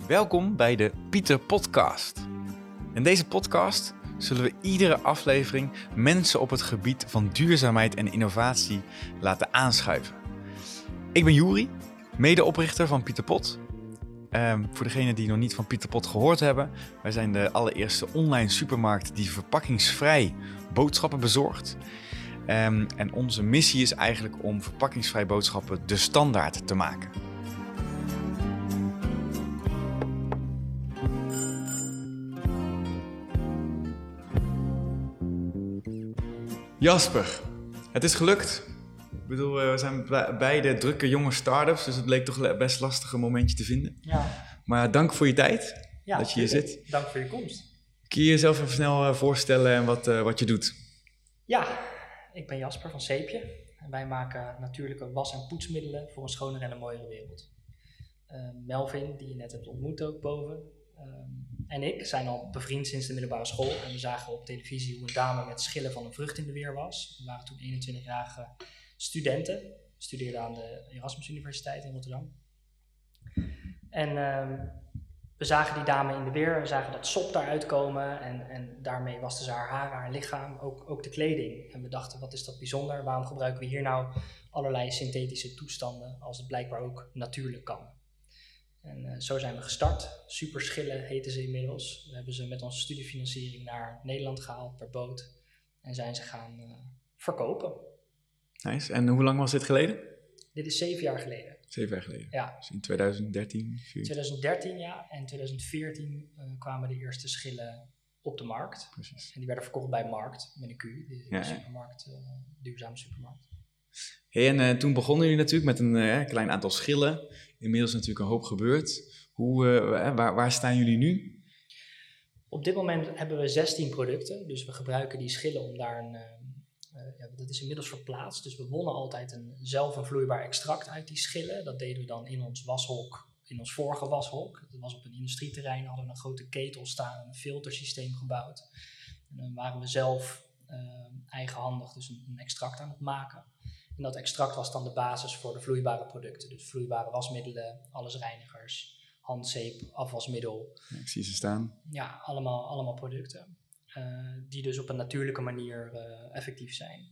Welkom bij de Pieter Podcast. In deze podcast zullen we iedere aflevering mensen op het gebied van duurzaamheid en innovatie laten aanschuiven. Ik ben Juri, medeoprichter van Pieter Pot. Voor degenen die nog niet van Pieter Pot gehoord hebben, wij zijn de allereerste online supermarkt die verpakkingsvrij boodschappen bezorgt. En onze missie is eigenlijk om verpakkingsvrij boodschappen de standaard te maken. Jasper, het is gelukt. Ik bedoel, we zijn beide drukke jonge start-ups, dus het bleek toch best lastig een momentje te vinden. Ja. Maar dank voor je tijd, dat je hier zit. Dank voor je komst. Kun je jezelf even snel voorstellen en wat je doet? Ja, ik ben Jasper van Zeepje. En wij maken natuurlijke was- en poetsmiddelen voor een schonere en een mooiere wereld. Melvin, die je net hebt ontmoet ook boven, en ik zijn al bevriend sinds de middelbare school. En we zagen op televisie hoe een dame met schillen van een vrucht in de weer was. We waren toen 21-jarige studenten. We studeerden aan de Erasmus Universiteit in Rotterdam. En we zagen die dame in de weer, we zagen dat sop daaruit komen en daarmee waste ze haar haren, haar lichaam, ook de kleding. En we dachten, wat is dat bijzonder? Waarom gebruiken we hier nou allerlei synthetische toestanden als het blijkbaar ook natuurlijk kan? En zo zijn we gestart. Superschillen heten ze inmiddels. We hebben ze met onze studiefinanciering naar Nederland gehaald per boot en zijn ze gaan verkopen. Nice. En hoe lang was dit geleden? Dit is 7 jaar geleden. 7 jaar geleden? Ja. Dus in 2013? 2013, ja. En 2014 kwamen de eerste schillen op de markt. Precies. En die werden verkocht bij Markt, met een Q, de supermarkt, duurzame supermarkt. Hey, en toen begonnen jullie natuurlijk met een klein aantal schillen. Inmiddels natuurlijk een hoop gebeurd. Waar staan jullie nu? Op dit moment hebben we 16 producten. Dus we gebruiken die schillen om daar dat is inmiddels verplaatst. Dus we wonnen altijd zelf een vloeibaar extract uit die schillen. Dat deden we dan in ons washok, in ons vorige washok. Dat was op een industrieterrein, hadden we een grote ketel staan en een filtersysteem gebouwd. En dan waren we zelf eigenhandig dus een extract aan het maken. En dat extract was dan de basis voor de vloeibare producten. Dus vloeibare wasmiddelen, allesreinigers, handzeep, afwasmiddel. Ja, ik zie ze staan. Ja, allemaal producten. Die dus op een natuurlijke manier effectief zijn.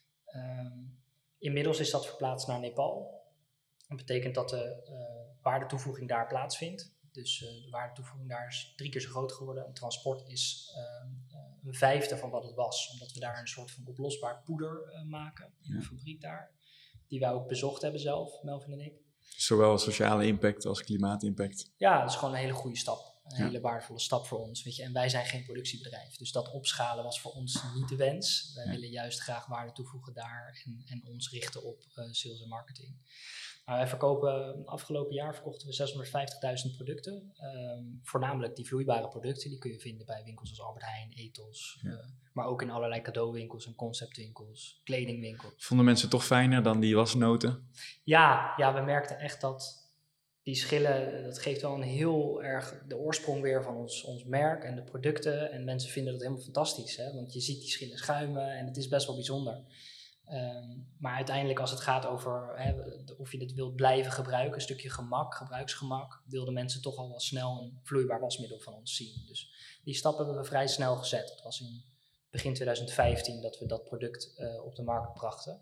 Inmiddels is dat verplaatst naar Nepal. Dat betekent dat de waardetoevoeging daar plaatsvindt. Dus de waardetoevoeging daar is 3 keer zo groot geworden. Het transport is een vijfde van wat het was. Omdat we daar een soort van oplosbaar poeder maken in de fabriek daar. Die wij ook bezocht hebben zelf, Melvin en ik. Zowel sociale impact als klimaatimpact. Ja, dat is gewoon een hele goede stap. Een hele waardevolle stap voor ons. Weet je. En wij zijn geen productiebedrijf. Dus dat opschalen was voor ons niet de wens. Wij willen juist graag waarde toevoegen daar en ons richten op sales en marketing. Maar wij afgelopen jaar verkochten we 650.000 producten. Voornamelijk die vloeibare producten. Die kun je vinden bij winkels als Albert Heijn, Ethos. Maar ook in allerlei cadeauwinkels en conceptwinkels, kledingwinkels. Vonden mensen toch fijner dan die wasnoten? Ja, we merkten echt dat die schillen, dat geeft wel een heel erg de oorsprong weer van ons merk en de producten. En mensen vinden dat helemaal fantastisch, hè? Want je ziet die schillen schuimen en het is best wel bijzonder. Maar uiteindelijk als het gaat over of je dit wilt blijven gebruiken, een stukje gebruiksgemak, wilden mensen toch al wel snel een vloeibaar wasmiddel van ons zien. Dus die stap hebben we vrij snel gezet. Het was in begin 2015 dat we dat product op de markt brachten.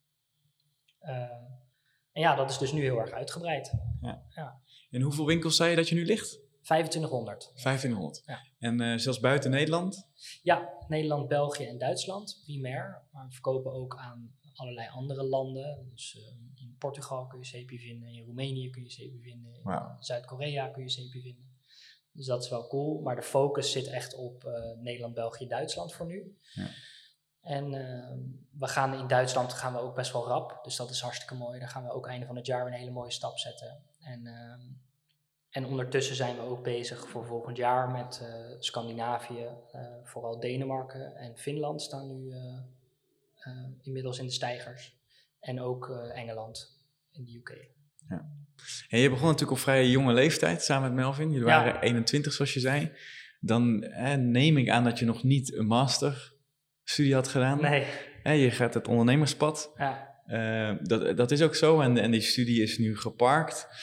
En ja, dat is dus nu heel erg uitgebreid. Ja. In hoeveel winkels zei je dat je nu ligt? 2500. 2500. Ja. En zelfs buiten Nederland? Ja, Nederland, België en Duitsland, primair. Maar we verkopen ook aan allerlei andere landen. Dus in Portugal kun je zeepje vinden, in Roemenië kun je zeepje vinden, in Zuid-Korea kun je zeepje vinden. Dus dat is wel cool. Maar de focus zit echt op Nederland, België, Duitsland voor nu. Ja. En in Duitsland gaan we ook best wel rap. Dus dat is hartstikke mooi. Daar gaan we ook einde van het jaar weer een hele mooie stap zetten. En ondertussen zijn we ook bezig voor volgend jaar met Scandinavië. Vooral Denemarken en Finland staan nu inmiddels in de steigers. En ook Engeland in de UK. Ja. En je begon natuurlijk op vrij jonge leeftijd samen met Melvin. Jullie waren 21 zoals je zei. Dan neem ik aan dat je nog niet een masterstudie had gedaan. Nee. Je gaat het ondernemerspad. Ja. Dat is ook zo en die studie is nu geparkt.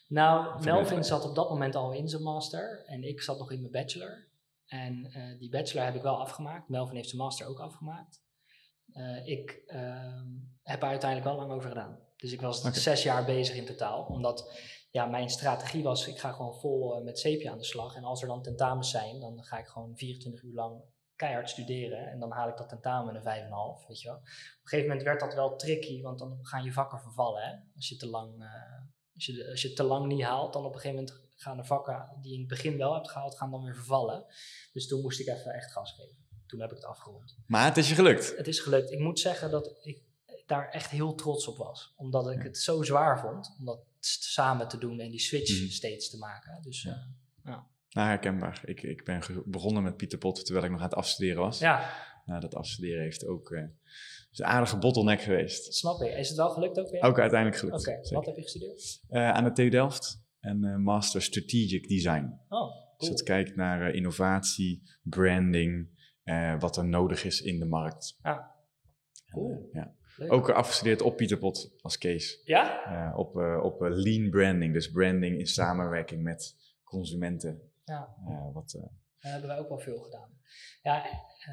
Nou, Melvin zat op dat moment al in zijn master en ik zat nog in mijn bachelor. En die bachelor heb ik wel afgemaakt. Melvin heeft zijn master ook afgemaakt. Ik heb er uiteindelijk wel lang over gedaan. Dus ik was 6 jaar bezig in totaal. Omdat mijn strategie was, ik ga gewoon vol met Sepia aan de slag. En als er dan tentamens zijn, dan ga ik gewoon 24 uur lang keihard studeren. En dan haal ik dat tentamen een 5,5, weet je wel. Op een gegeven moment werd dat wel tricky, want dan gaan je vakken vervallen. Hè? Als je het te lang niet haalt, dan op een gegeven moment gaan de vakken die je in het begin wel hebt gehaald, gaan dan weer vervallen. Dus toen moest ik even echt gas geven. Toen heb ik het afgerond. Maar het is je gelukt? Het is gelukt. Ik moet zeggen dat ik daar echt heel trots op was. Omdat ik het zo zwaar vond, om dat samen te doen en die switch steeds te maken. Dus Nou, herkenbaar. Ik ben begonnen met Pieter Pot terwijl ik nog aan het afstuderen was. Ja. Nou, dat afstuderen heeft ook is een aardige bottleneck geweest. Dat snap ik. Is het wel gelukt ook weer? Ook uiteindelijk gelukt. Oké. Wat heb je gestudeerd? Aan de TU Delft en Master Strategic Design. Oh, cool. Dus dat kijkt naar innovatie, branding, wat er nodig is in de markt. Ah, cool. Ook afgestudeerd op Pieter Pot als case. Ja? Op lean branding, dus branding in samenwerking met consumenten. Ja. Daar hebben wij ook wel veel gedaan. Ja,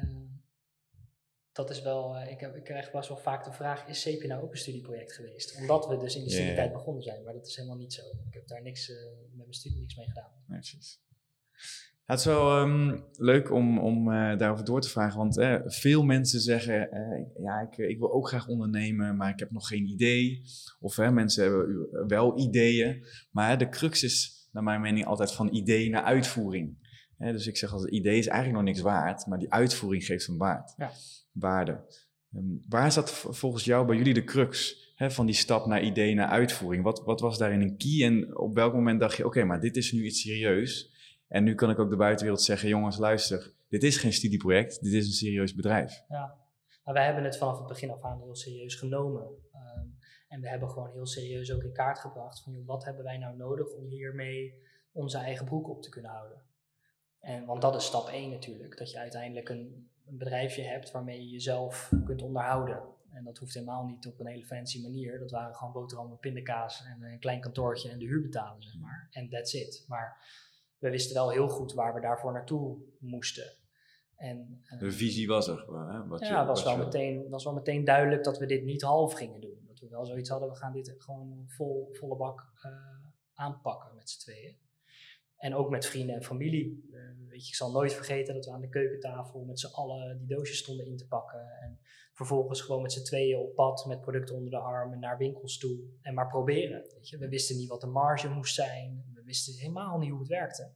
dat is wel, ik krijg best wel vaak de vraag, is Sepia nou ook een studieproject geweest? Omdat we dus in de studietijd begonnen zijn, maar dat is helemaal niet zo. Ik heb daar met mijn studie niks mee gedaan. Nee, precies. Het is wel leuk om daarover door te vragen, want veel mensen zeggen, ik wil ook graag ondernemen, maar ik heb nog geen idee. Of mensen hebben wel ideeën, maar de crux is naar mijn mening altijd van idee naar uitvoering. Dus ik zeg altijd, idee is eigenlijk nog niks waard, maar die uitvoering geeft een waarde. Waar zat volgens jou bij jullie de crux van die stap naar idee naar uitvoering? Wat was daarin een key en op welk moment dacht je, oké, maar dit is nu iets serieus? En nu kan ik ook de buitenwereld zeggen, jongens, luister, dit is geen studieproject, dit is een serieus bedrijf. Ja, maar wij hebben het vanaf het begin af aan heel serieus genomen. En we hebben gewoon heel serieus ook in kaart gebracht van, wat hebben wij nou nodig om hiermee onze eigen broek op te kunnen houden. Want dat is stap 1 natuurlijk, dat je uiteindelijk een bedrijfje hebt waarmee je jezelf kunt onderhouden. En dat hoeft helemaal niet op een hele fancy manier. Dat waren gewoon boterhammen, pindakaas en een klein kantoortje en de huur betalen, zeg maar. En that's it. Maar we wisten wel heel goed waar we daarvoor naartoe moesten. En, de visie was er. Het was wel meteen duidelijk dat we dit niet half gingen doen. Dat we wel zoiets hadden, we gaan dit gewoon volle bak aanpakken met z'n tweeën. En ook met vrienden en familie. Ik zal nooit vergeten dat we aan de keukentafel met z'n allen die doosjes stonden in te pakken. En vervolgens gewoon met z'n tweeën op pad met producten onder de arm en naar winkels toe. En maar proberen. Weet je? We wisten niet wat de marge moest zijn. We wisten helemaal niet hoe het werkte.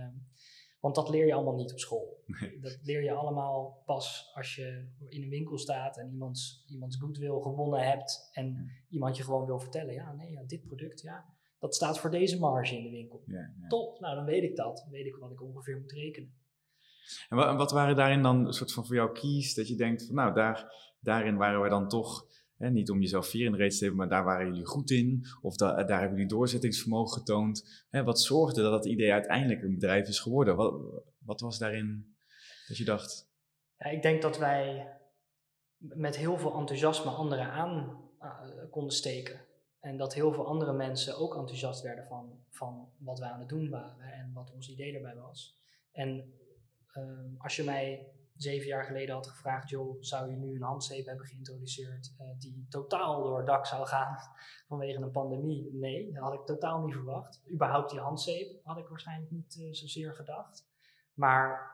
Want dat leer je allemaal niet op school. Nee. Dat leer je allemaal pas als je in een winkel staat en iemands goodwill gewonnen hebt. En iemand je gewoon wil vertellen, dit product, dat staat voor deze marge in de winkel. Ja. Top, nou dan weet ik dat. Dan weet ik wat ik ongeveer moet rekenen. En wat waren daarin dan een soort van voor jou keys? Dat je denkt van daarin waren we dan toch, niet om jezelf vier in de reet te steken, maar daar waren jullie goed in. Of daar hebben jullie doorzettingsvermogen getoond. Wat zorgde dat idee uiteindelijk een bedrijf is geworden? Wat was daarin dat je dacht? Ja, ik denk dat wij met heel veel enthousiasme anderen aan konden steken. En dat heel veel andere mensen ook enthousiast werden van wat wij aan het doen waren en wat ons idee erbij was. En als je mij 7 jaar geleden had gevraagd, joh, zou je nu een handzeep hebben geïntroduceerd die totaal door het dak zou gaan vanwege een pandemie? Nee, dat had ik totaal niet verwacht. Überhaupt die handzeep had ik waarschijnlijk niet zozeer gedacht. Maar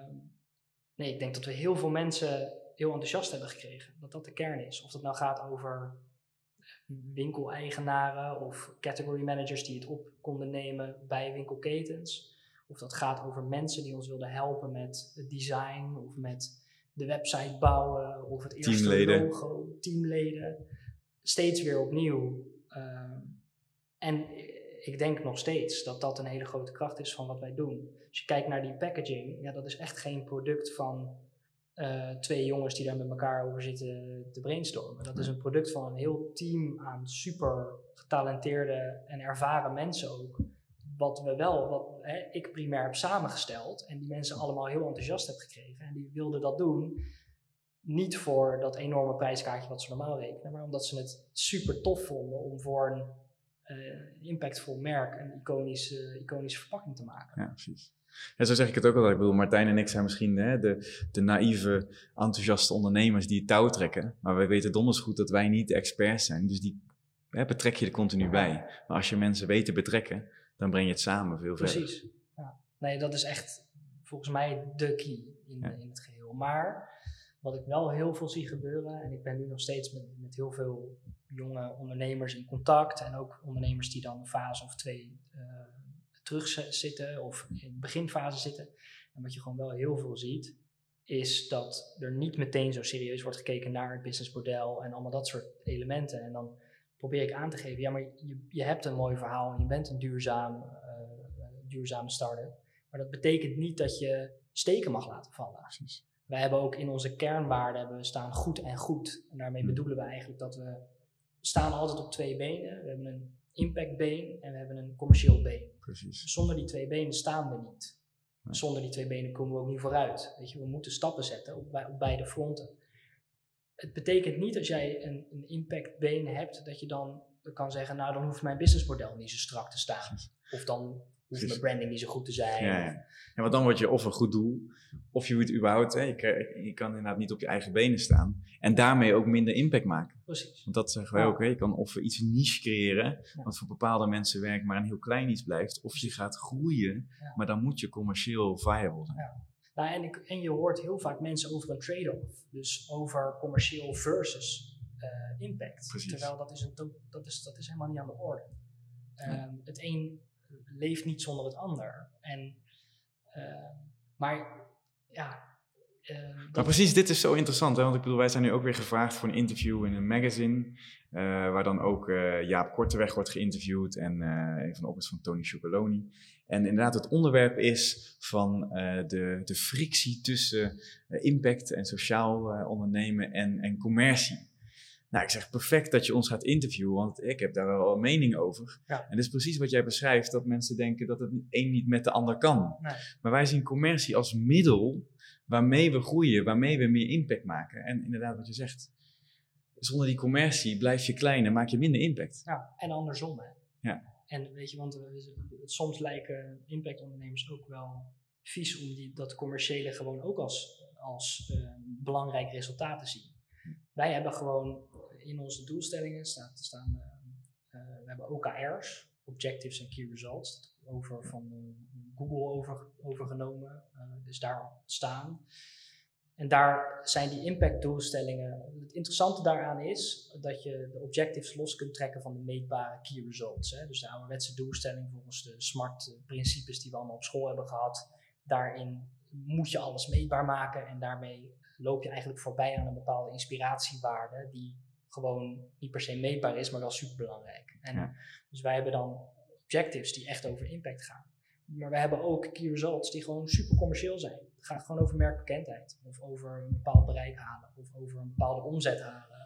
ik denk dat we heel veel mensen heel enthousiast hebben gekregen. Dat dat de kern is. Of dat nou gaat over winkeleigenaren of category managers die het op konden nemen bij winkelketens. Of dat gaat over mensen die ons wilden helpen met het design of met de website bouwen of het eerste logo, teamleden. Steeds weer opnieuw. En ik denk nog steeds dat dat een hele grote kracht is van wat wij doen. Als je kijkt naar die packaging, dat is echt geen product van 2 jongens die daar met elkaar over zitten te brainstormen. Dat is een product van een heel team aan super getalenteerde en ervaren mensen ook. Wat ik primair heb samengesteld en die mensen allemaal heel enthousiast heb gekregen. En die wilden dat doen, niet voor dat enorme prijskaartje wat ze normaal rekenen, maar omdat ze het super tof vonden om voor impactvol merk een iconische verpakking te maken. Ja, precies. Ja, zo zeg ik het ook altijd. Ik bedoel, Martijn en ik zijn misschien de naïeve, enthousiaste ondernemers die het touw trekken. Maar wij weten donders goed dat wij niet de experts zijn. Dus die betrek je er continu bij. Maar als je mensen weet te betrekken, dan breng je het samen veel verder. Precies. Ja. Nee, dat is echt volgens mij de key in het geheel. Maar wat ik wel heel veel zie gebeuren, en ik ben nu nog steeds met heel veel jonge ondernemers in contact. En ook ondernemers die dan een fase of 2 terug zitten of in de beginfase zitten. En wat je gewoon wel heel veel ziet, is dat er niet meteen zo serieus wordt gekeken naar het businessmodel en allemaal dat soort elementen. En dan probeer ik aan te geven, ja, maar je hebt een mooi verhaal en je bent een duurzame start-up. Maar dat betekent niet dat je steken mag laten vallen. Precies. Wij hebben ook in onze kernwaarden staan goed en goed. En daarmee bedoelen we eigenlijk dat we staan altijd op 2 benen. We hebben een impactbeen en we hebben een commercieel been. Precies. Zonder die 2 benen staan we niet. Nee. Zonder die 2 benen komen we ook niet vooruit. Weet je, we moeten stappen zetten op beide fronten. Het betekent niet als jij een impactbeen hebt, dat je dan kan zeggen, nou dan hoeft mijn businessmodel niet zo strak te staan. Precies. Of dan hoeft mijn branding niet zo goed te zijn. Ja. Want dan word je of een goed doel, of je moet überhaupt, je kan inderdaad niet op je eigen benen staan. En daarmee ook minder impact maken. Precies. Want dat zeggen wij ook, je kan of iets niche creëren, wat voor bepaalde mensen werkt, maar een heel klein iets blijft. Of je gaat groeien, maar dan moet je commercieel viable zijn. Ja. Nou, en je hoort heel vaak mensen over een trade-off. Dus over commercieel versus impact. Precies. Terwijl dat is helemaal niet aan de orde. Het een leeft niet zonder het ander. Maar precies, dit is zo interessant. Hè? Want ik bedoel, wij zijn nu ook weer gevraagd voor een interview in een magazine. Waar dan ook Jaap Korteweg wordt geïnterviewd. En een van de oprichters van Tony Chocoloni. En inderdaad, het onderwerp is van de frictie tussen impact en sociaal ondernemen en commercie. Nou, ik zeg perfect dat je ons gaat interviewen, want ik heb daar wel een mening over. Ja. En dat is precies wat jij beschrijft, dat mensen denken dat het een niet met de ander kan. Nee. Maar wij zien commercie als middel waarmee we groeien, waarmee we meer impact maken. En inderdaad wat je zegt, zonder die commercie blijf je klein en maak je minder impact. Ja, en andersom. Hè. Ja. En weet je, want soms lijken impactondernemers ook wel vies om dat commerciële gewoon ook als belangrijk resultaat te zien. Wij hebben gewoon in onze doelstellingen we hebben OKR's, Objectives and Key Results, van Google overgenomen, dus daar staan. En daar zijn die impactdoelstellingen. Het interessante daaraan is dat je de objectives los kunt trekken van de meetbare key results. Hè? Dus de ouderwetse doelstelling volgens de SMART-principes die we allemaal op school hebben gehad. Daarin moet je alles meetbaar maken en daarmee loop je eigenlijk voorbij aan een bepaalde inspiratiewaarde die gewoon niet per se meetbaar is, maar wel superbelangrijk. Dus wij hebben dan objectives die echt over impact gaan. Maar we hebben ook key results die gewoon super commercieel zijn. Het gaat gewoon over merkbekendheid. Of over een bepaald bereik halen. Of over een bepaalde omzet halen.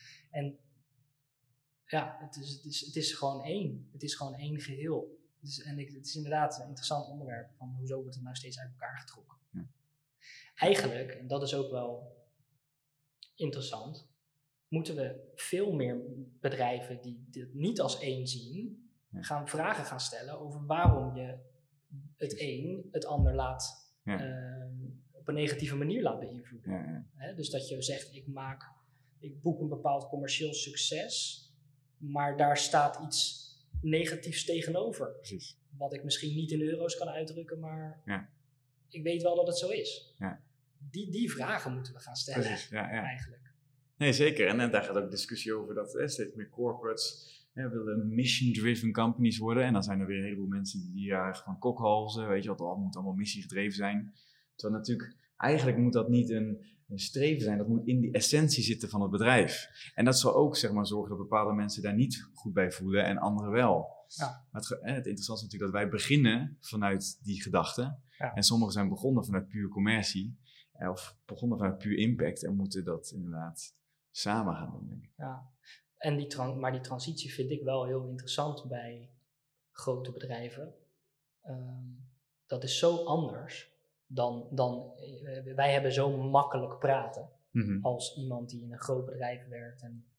Het is gewoon één. Het is gewoon één geheel. Het is inderdaad een interessant onderwerp. Van hoezo wordt het nou steeds uit elkaar getrokken. Ja. Eigenlijk, en dat is ook wel interessant, moeten we veel meer bedrijven die dit niet als één zien, vragen gaan stellen over waarom je het een het ander op een negatieve manier laat beïnvloeden. Ja. Dus dat je zegt, ik boek een bepaald commercieel succes, maar daar staat iets negatiefs tegenover. Precies. Wat ik misschien niet in euro's kan uitdrukken, maar ik weet wel dat het zo is. Ja. Die vragen moeten we gaan stellen. Precies. Eigenlijk. Nee, zeker. En daar gaat ook discussie over dat steeds meer corporates willen mission-driven companies worden. En dan zijn er weer een heleboel mensen die van kokhalzen, weet je wat, het moet allemaal missiegedreven zijn. Terwijl natuurlijk, eigenlijk moet dat niet een streven zijn, dat moet in die essentie zitten van het bedrijf. En dat zal ook, zeg maar, zorgen dat bepaalde mensen daar niet goed bij voelen en anderen wel. Ja. Maar het interessante is natuurlijk dat wij beginnen vanuit die gedachte. Ja. En sommigen zijn begonnen vanuit puur commercie. Of begonnen vanuit puur impact en moeten dat inderdaad samen gaan doen, denk ik. Ja. En maar die transitie vind ik wel heel interessant bij grote bedrijven. Dat is zo anders dan wij hebben zo makkelijk praten als iemand die in een groot bedrijf werkt. En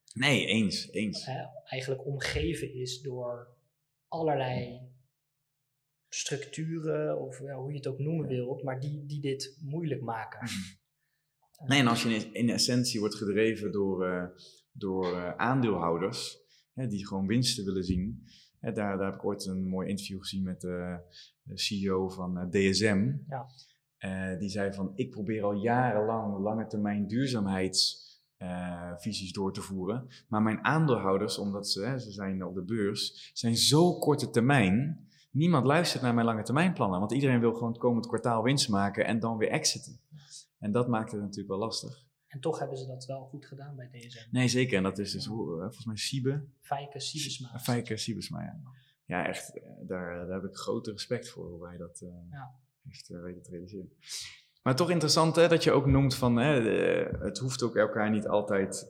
Nee, eens. Eigenlijk omgeven is door allerlei structuren, of hoe je het ook noemen wilt, maar die dit moeilijk maken. Nee, en als je in essentie wordt gedreven door aandeelhouders, die gewoon winsten willen zien. Daar heb ik ooit een mooi interview gezien met de CEO van DSM. Ja. Die zei van, ik probeer al jarenlang lange termijn duurzaamheidsvisies door te voeren. Maar mijn aandeelhouders, omdat ze zijn op de beurs, zijn zo korte termijn. Niemand luistert naar mijn lange termijn plannen. Want iedereen wil gewoon het komend kwartaal winst maken en dan weer exiten. En dat maakt het natuurlijk wel lastig. En toch hebben ze dat wel goed gedaan bij DSM. Nee, zeker. En dat is dus volgens mij Siebe. Fijke Siebesma. Fijke Siebesma, ja. Ja, echt. Daar heb ik grote respect voor hoe wij dat heeft weten te realiseren. Maar toch interessant dat je ook noemt van het hoeft ook elkaar niet altijd...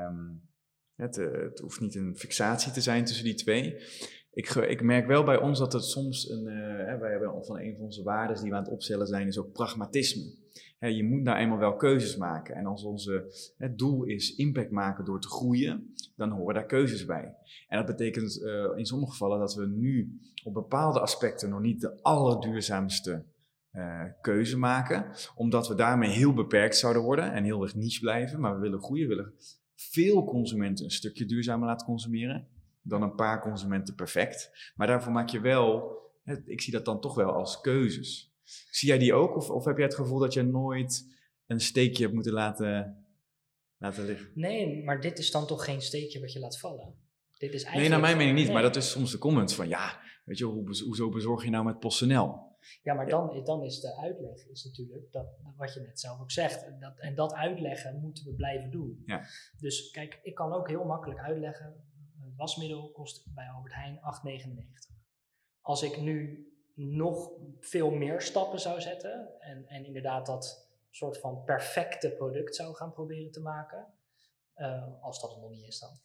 Het hoeft niet een fixatie te zijn tussen die twee. Ik merk wel bij ons dat het soms wij hebben van een van onze waarden die we aan het opstellen zijn, is ook pragmatisme. Je moet nou eenmaal wel keuzes maken. En als onze doel is impact maken door te groeien, dan horen daar keuzes bij. En dat betekent in sommige gevallen dat we nu op bepaalde aspecten nog niet de allerduurzaamste keuze maken, omdat we daarmee heel beperkt zouden worden en heel erg niche blijven. Maar we willen groeien, we willen veel consumenten een stukje duurzamer laten consumeren. Dan een paar consumenten perfect. Maar daarvoor maak je wel, ik zie dat dan toch wel als keuzes. Zie jij die ook? Of heb jij het gevoel dat je nooit een steekje hebt moeten laten liggen? Nee, maar dit is dan toch geen steekje wat je laat vallen? Dit is eigenlijk... Nee, naar mijn mening niet. Nee. Maar dat is soms de comment van, weet je, hoezo bezorg je nou met PostNL? Ja, maar dan is de uitleg is natuurlijk dat wat je net zelf ook zegt. En dat uitleggen moeten we blijven doen. Ja. Dus kijk, ik kan ook heel makkelijk uitleggen. Het wasmiddel kost bij Albert Heijn 8,99. Als ik nu nog veel meer stappen zou zetten en inderdaad dat soort van perfecte product zou gaan proberen te maken, als dat er nog niet is dan,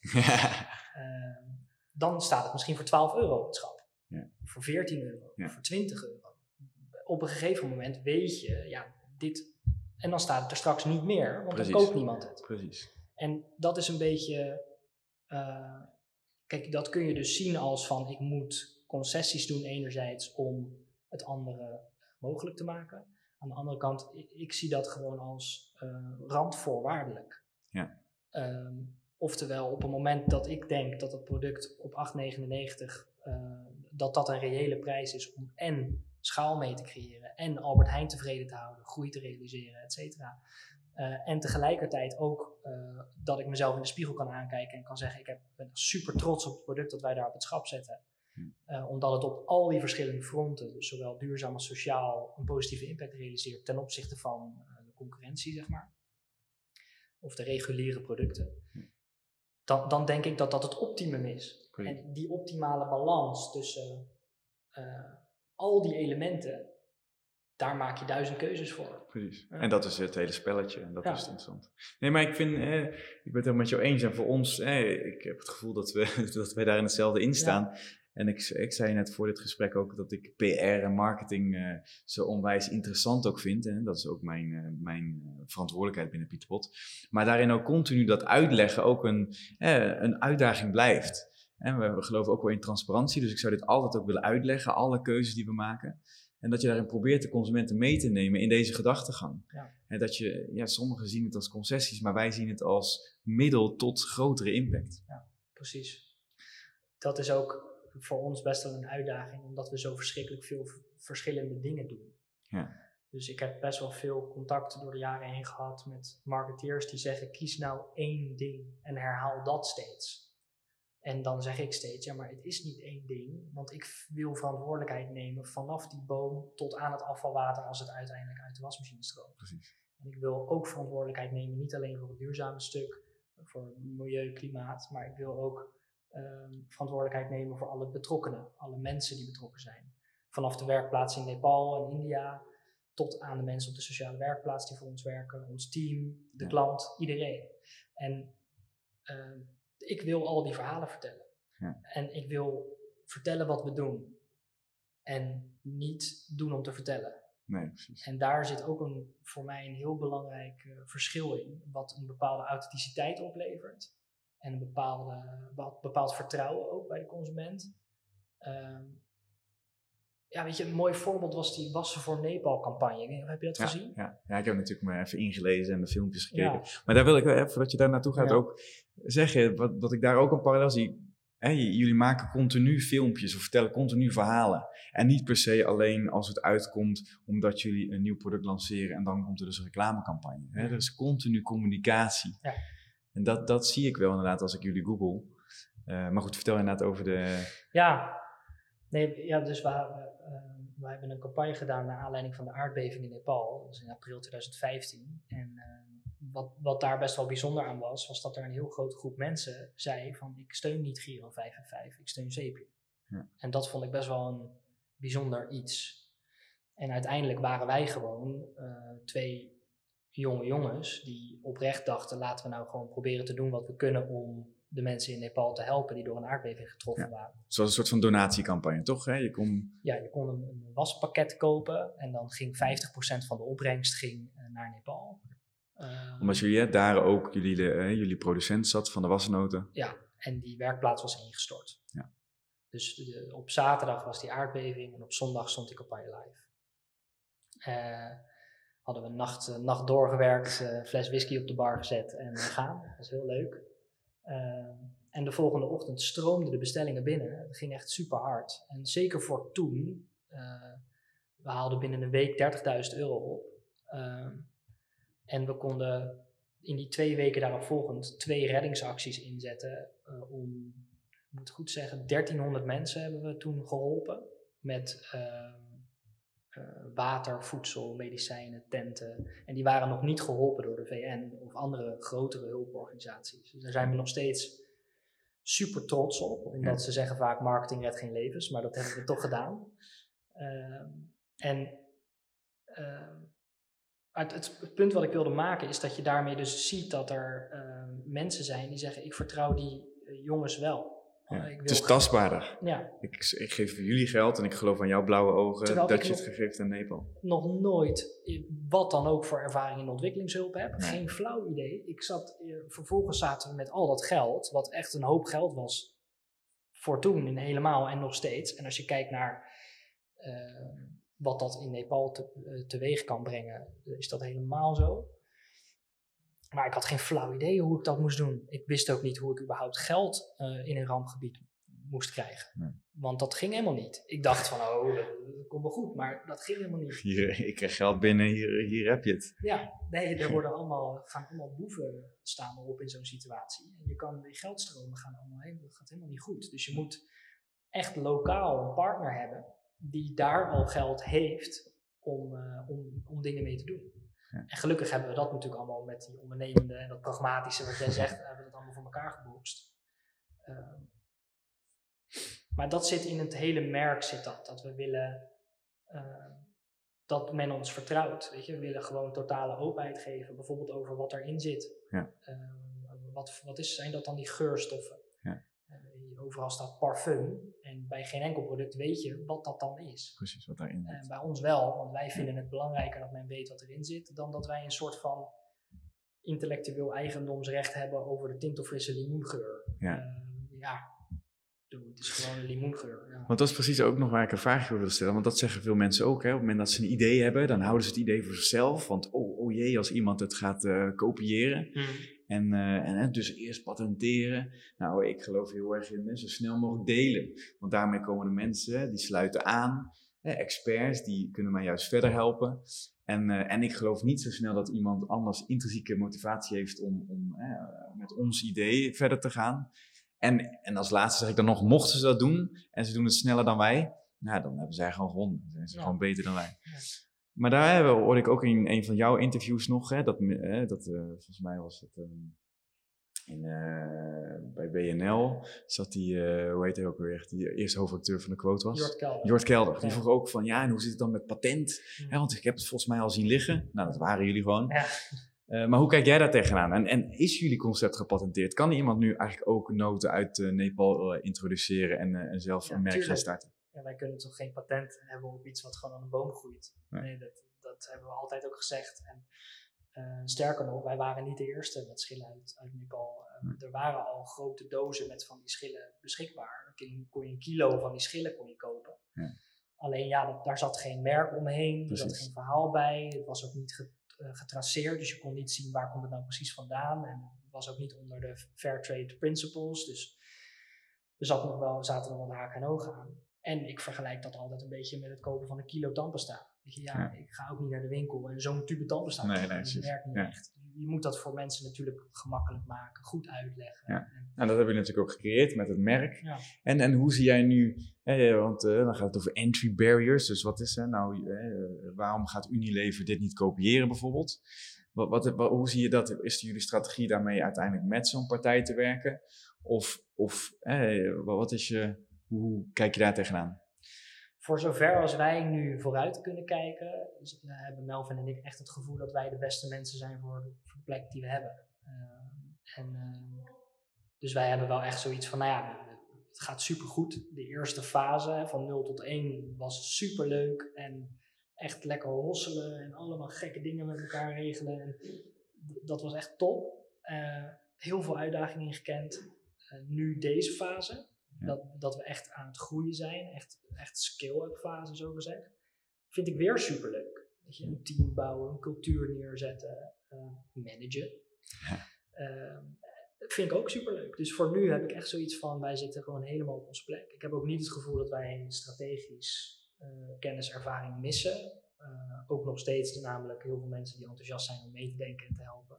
dan staat het misschien voor €12 op het schap. Ja. Voor €14, voor €20. Op een gegeven moment weet je, dit, en dan staat het er straks niet meer, want Precies. dan koopt niemand het. Precies. En dat is een beetje, kijk, dat kun je dus zien als van, ik moet concessies doen enerzijds om het andere mogelijk te maken. Aan de andere kant, ik zie dat gewoon als randvoorwaardelijk. Ja. Oftewel, op het moment dat ik denk dat het product op 8,99 dat een reële prijs is om en schaal mee te creëren en Albert Heijn tevreden te houden, groei te realiseren, et cetera. En tegelijkertijd ook dat ik mezelf in de spiegel kan aankijken en kan zeggen, ik ben super trots op het product dat wij daar op het schap zetten. Omdat het op al die verschillende fronten, dus zowel duurzaam als sociaal, een positieve impact realiseert ten opzichte van de concurrentie, zeg maar. Of de reguliere producten. Dan denk ik dat dat het optimum is. Great. En die optimale balans tussen al die elementen, daar maak je 1000 keuzes voor. Precies. Ja. En dat is het hele spelletje. En dat is interessant. Nee, maar ik ben het helemaal met jou eens. En voor ons, ik heb het gevoel dat wij daar in hetzelfde in staan. Ja. En ik zei net voor dit gesprek ook dat ik PR en marketing zo onwijs interessant ook vind. En dat is ook mijn verantwoordelijkheid binnen Pieterpot. Maar daarin ook continu dat uitleggen ook een uitdaging blijft. En we geloven ook wel in transparantie. Dus ik zou dit altijd ook willen uitleggen, alle keuzes die we maken. En dat je daarin probeert de consumenten mee te nemen in deze gedachtegang. Ja. En dat sommigen zien het als concessies, maar wij zien het als middel tot grotere impact. Ja, precies. Dat is ook voor ons best wel een uitdaging, omdat we zo verschrikkelijk veel verschillende dingen doen. Ja. Dus ik heb best wel veel contact door de jaren heen gehad met marketeers die zeggen, kies nou één ding en herhaal dat steeds. En dan zeg ik steeds, maar het is niet één ding, want ik wil verantwoordelijkheid nemen vanaf die boom tot aan het afvalwater als het uiteindelijk uit de wasmachine stroomt. Precies. En ik wil ook verantwoordelijkheid nemen, niet alleen voor het duurzame stuk, voor milieu, klimaat, maar ik wil ook verantwoordelijkheid nemen voor alle betrokkenen, alle mensen die betrokken zijn. Vanaf de werkplaats in Nepal en India tot aan de mensen op de sociale werkplaats die voor ons werken, ons team, de klant, iedereen. En ik wil al die verhalen vertellen. Ja. En ik wil vertellen wat we doen. En niet doen om te vertellen. Nee, precies. En daar zit ook voor mij een heel belangrijk verschil in. Wat een bepaalde authenticiteit oplevert. En een bepaald vertrouwen ook bij de consument. Weet je, een mooi voorbeeld was die Wassen voor Nepal campagne. Heb je dat gezien? Ja, ik heb natuurlijk maar even ingelezen en de filmpjes gekeken. Ja. Maar daar wil ik, voordat je daar naartoe gaat, ook zeggen, wat ik daar ook een parallel zie. Jullie maken continu filmpjes of vertellen continu verhalen. En niet per se alleen als het uitkomt omdat jullie een nieuw product lanceren en dan komt er dus een reclamecampagne. Er is continu communicatie. Ja. En dat zie ik wel inderdaad als ik jullie google. Maar goed, vertel inderdaad over de... Dus we hebben een campagne gedaan naar aanleiding van de aardbeving in Nepal. Dat was in april 2015. En wat daar best wel bijzonder aan was dat er een heel grote groep mensen zei van ik steun niet Giro 555, ik steun Zeepje. Ja. En dat vond ik best wel een bijzonder iets. En uiteindelijk waren wij gewoon 2 jonge jongens die oprecht dachten laten we nou gewoon proberen te doen wat we kunnen om de mensen in Nepal te helpen die door een aardbeving getroffen waren. Zoals een soort van donatiecampagne, toch? Hè? Je kon een waspakket kopen en dan ging 50% van de opbrengst naar Nepal. Omdat jullie daar ook, jullie producent zat van de wasnoten. Ja, en die werkplaats was ingestort. Ja. Dus op zaterdag was die aardbeving en op zondag stond die campagne live. Hadden we een nacht doorgewerkt, fles whisky op de bar gezet en gaan. Dat was heel leuk. En de volgende ochtend stroomden de bestellingen binnen. Dat ging echt super hard. En zeker voor toen, we haalden binnen een week €30.000 op. En we konden in die 2 weken daarop volgend 2 reddingsacties inzetten. Ik moet goed zeggen, 1300 mensen hebben we toen geholpen. Met water, voedsel, medicijnen, tenten. En die waren nog niet geholpen door de VN of andere grotere hulporganisaties. Dus daar zijn we nog steeds super trots op. Omdat ze zeggen vaak marketing redt geen levens. Maar dat hebben we toch gedaan. Het punt wat ik wilde maken is dat je daarmee dus ziet dat er mensen zijn die zeggen ik vertrouw die jongens wel. Ja, het is tastbaarder. Ja. Ik geef jullie geld en ik geloof aan jouw blauwe ogen dat je het gegeven aan Nepal. Nog nooit, wat dan ook voor ervaring in ontwikkelingshulp heb, geen flauw idee. Vervolgens zaten we met al dat geld, wat echt een hoop geld was voor toen en helemaal en nog steeds. En als je kijkt naar wat dat in Nepal teweeg kan brengen, is dat helemaal zo. Maar ik had geen flauw idee hoe ik dat moest doen. Ik wist ook niet hoe ik überhaupt geld in een rampgebied moest krijgen. Nee. Want dat ging helemaal niet. Ik dacht van, dat komt wel goed. Maar dat ging helemaal niet. Ik krijg geld binnen, hier heb je het. Ja, nee, er gaan allemaal boeven staan op in zo'n situatie. En die geldstromen gaat helemaal niet goed. Dus je moet echt lokaal een partner hebben die daar al geld heeft om dingen mee te doen. Ja. En gelukkig hebben we dat natuurlijk allemaal met die ondernemende en dat pragmatische wat jij zegt, hebben we dat allemaal voor elkaar gebokst. Maar dat zit in het hele merk, dat we willen dat men ons vertrouwt. Weet je? We willen gewoon totale openheid geven, bijvoorbeeld over wat erin zit. Ja. Zijn dat dan die geurstoffen? Ja. Overal staat parfum en bij geen enkel product weet je wat dat dan is. Precies, wat daarin zit. Bij ons wel, want wij vinden het belangrijker dat men weet wat erin zit, dan dat wij een soort van intellectueel eigendomsrecht hebben over de tintelfrisse limoengeur. Het is gewoon een limoengeur. Ja. Want dat is precies ook nog waar ik een vraagje over wil stellen, want dat zeggen veel mensen ook. Hè? Op het moment dat ze een idee hebben, dan houden ze het idee voor zichzelf, want oh jee, als iemand het gaat kopiëren. En dus eerst patenteren. Nou, ik geloof heel erg in zo snel mogelijk delen. Want daarmee komen de mensen, die sluiten aan. Experts, die kunnen mij juist verder helpen. En ik geloof niet zo snel dat iemand anders intrinsieke motivatie heeft om met ons idee verder te gaan. En als laatste zeg ik dan nog, mochten ze dat doen en ze doen het sneller dan wij, nou, dan hebben zij gewoon gewonnen. Dan zijn ze gewoon beter dan wij. Ja. Maar daar hoorde ik ook in een van jouw interviews nog, dat volgens mij was het bij BNL, zat die, hoe heet hij ook weer, die eerste hoofdredacteur van de Quote was? Jort Kelder. Die vroeg ook van, en hoe zit het dan met patent? Want ik heb het volgens mij al zien liggen. Nou, dat waren jullie gewoon. Ja. Maar hoe kijk jij daar tegenaan? En is jullie concept gepatenteerd? Kan iemand nu eigenlijk ook noten uit Nepal introduceren en zelf een merk gaan starten? Ja, wij kunnen toch geen patent hebben op iets wat gewoon aan een boom groeit. Nee, dat hebben we altijd ook gezegd. En Sterker nog, wij waren niet de eerste met schillen uit Nepal. Er waren al grote dozen met van die schillen beschikbaar. Dan kon je 1 kilo van die schillen kopen. Ja. Alleen daar zat geen merk omheen, er zat geen verhaal bij. Het was ook niet getraceerd, dus je kon niet zien waar komt het nou precies vandaan. En het was ook niet onder de Fairtrade Principles, dus er zaten nog wat haken en ogen aan. En ik vergelijk dat altijd een beetje met het kopen van 1 kilo tandpasta. Ik ga ook niet naar de winkel en zo'n tube tandpasta. Nee, dat werkt niet echt. Je moet dat voor mensen natuurlijk gemakkelijk maken, goed uitleggen. Ja. En dat heb je natuurlijk ook gecreëerd met het merk. Ja. En hoe zie jij nu, want dan gaat het over entry barriers. Dus wat is er nou, waarom gaat Unilever dit niet kopiëren bijvoorbeeld? Hoe zie je dat? Is jullie strategie daarmee uiteindelijk met zo'n partij te werken? Hoe kijk je daar tegenaan? Voor zover als wij nu vooruit kunnen kijken, hebben Melvin en ik echt het gevoel dat wij de beste mensen zijn voor de plek die we hebben. Dus wij hebben wel echt zoiets van, het gaat supergoed. De eerste fase van 0 tot 1 was superleuk en echt lekker hosselen en allemaal gekke dingen met elkaar regelen. En dat was echt top. Heel veel uitdagingen gekend. Nu deze fase. Dat we echt aan het groeien zijn, echt scale-up fase zo gezegd, vind ik weer superleuk. Dat je een team bouwen, een cultuur neerzetten, managen. Dat vind ik ook superleuk. Dus voor nu heb ik echt zoiets van, wij zitten gewoon helemaal op onze plek. Ik heb ook niet het gevoel dat wij strategisch kennis, ervaring missen. Ook nog steeds namelijk heel veel mensen die enthousiast zijn om mee te denken en te helpen.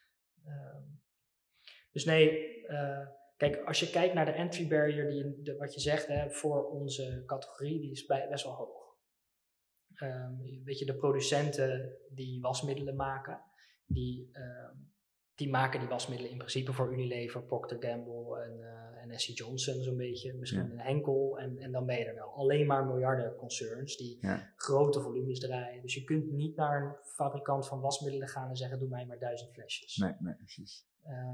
Dus nee... Kijk, als je kijkt naar de entry barrier, wat je zegt, voor onze categorie, die is best wel hoog. Weet je, de producenten die wasmiddelen maken, die maken die wasmiddelen in principe voor Unilever, Procter Gamble en S.C. Johnson zo'n beetje. Misschien een Henkel en dan ben je er wel. Alleen maar miljarden concerns die grote volumes draaien. Dus je kunt niet naar een fabrikant van wasmiddelen gaan en zeggen, doe mij maar 1000 flesjes. Nee, precies.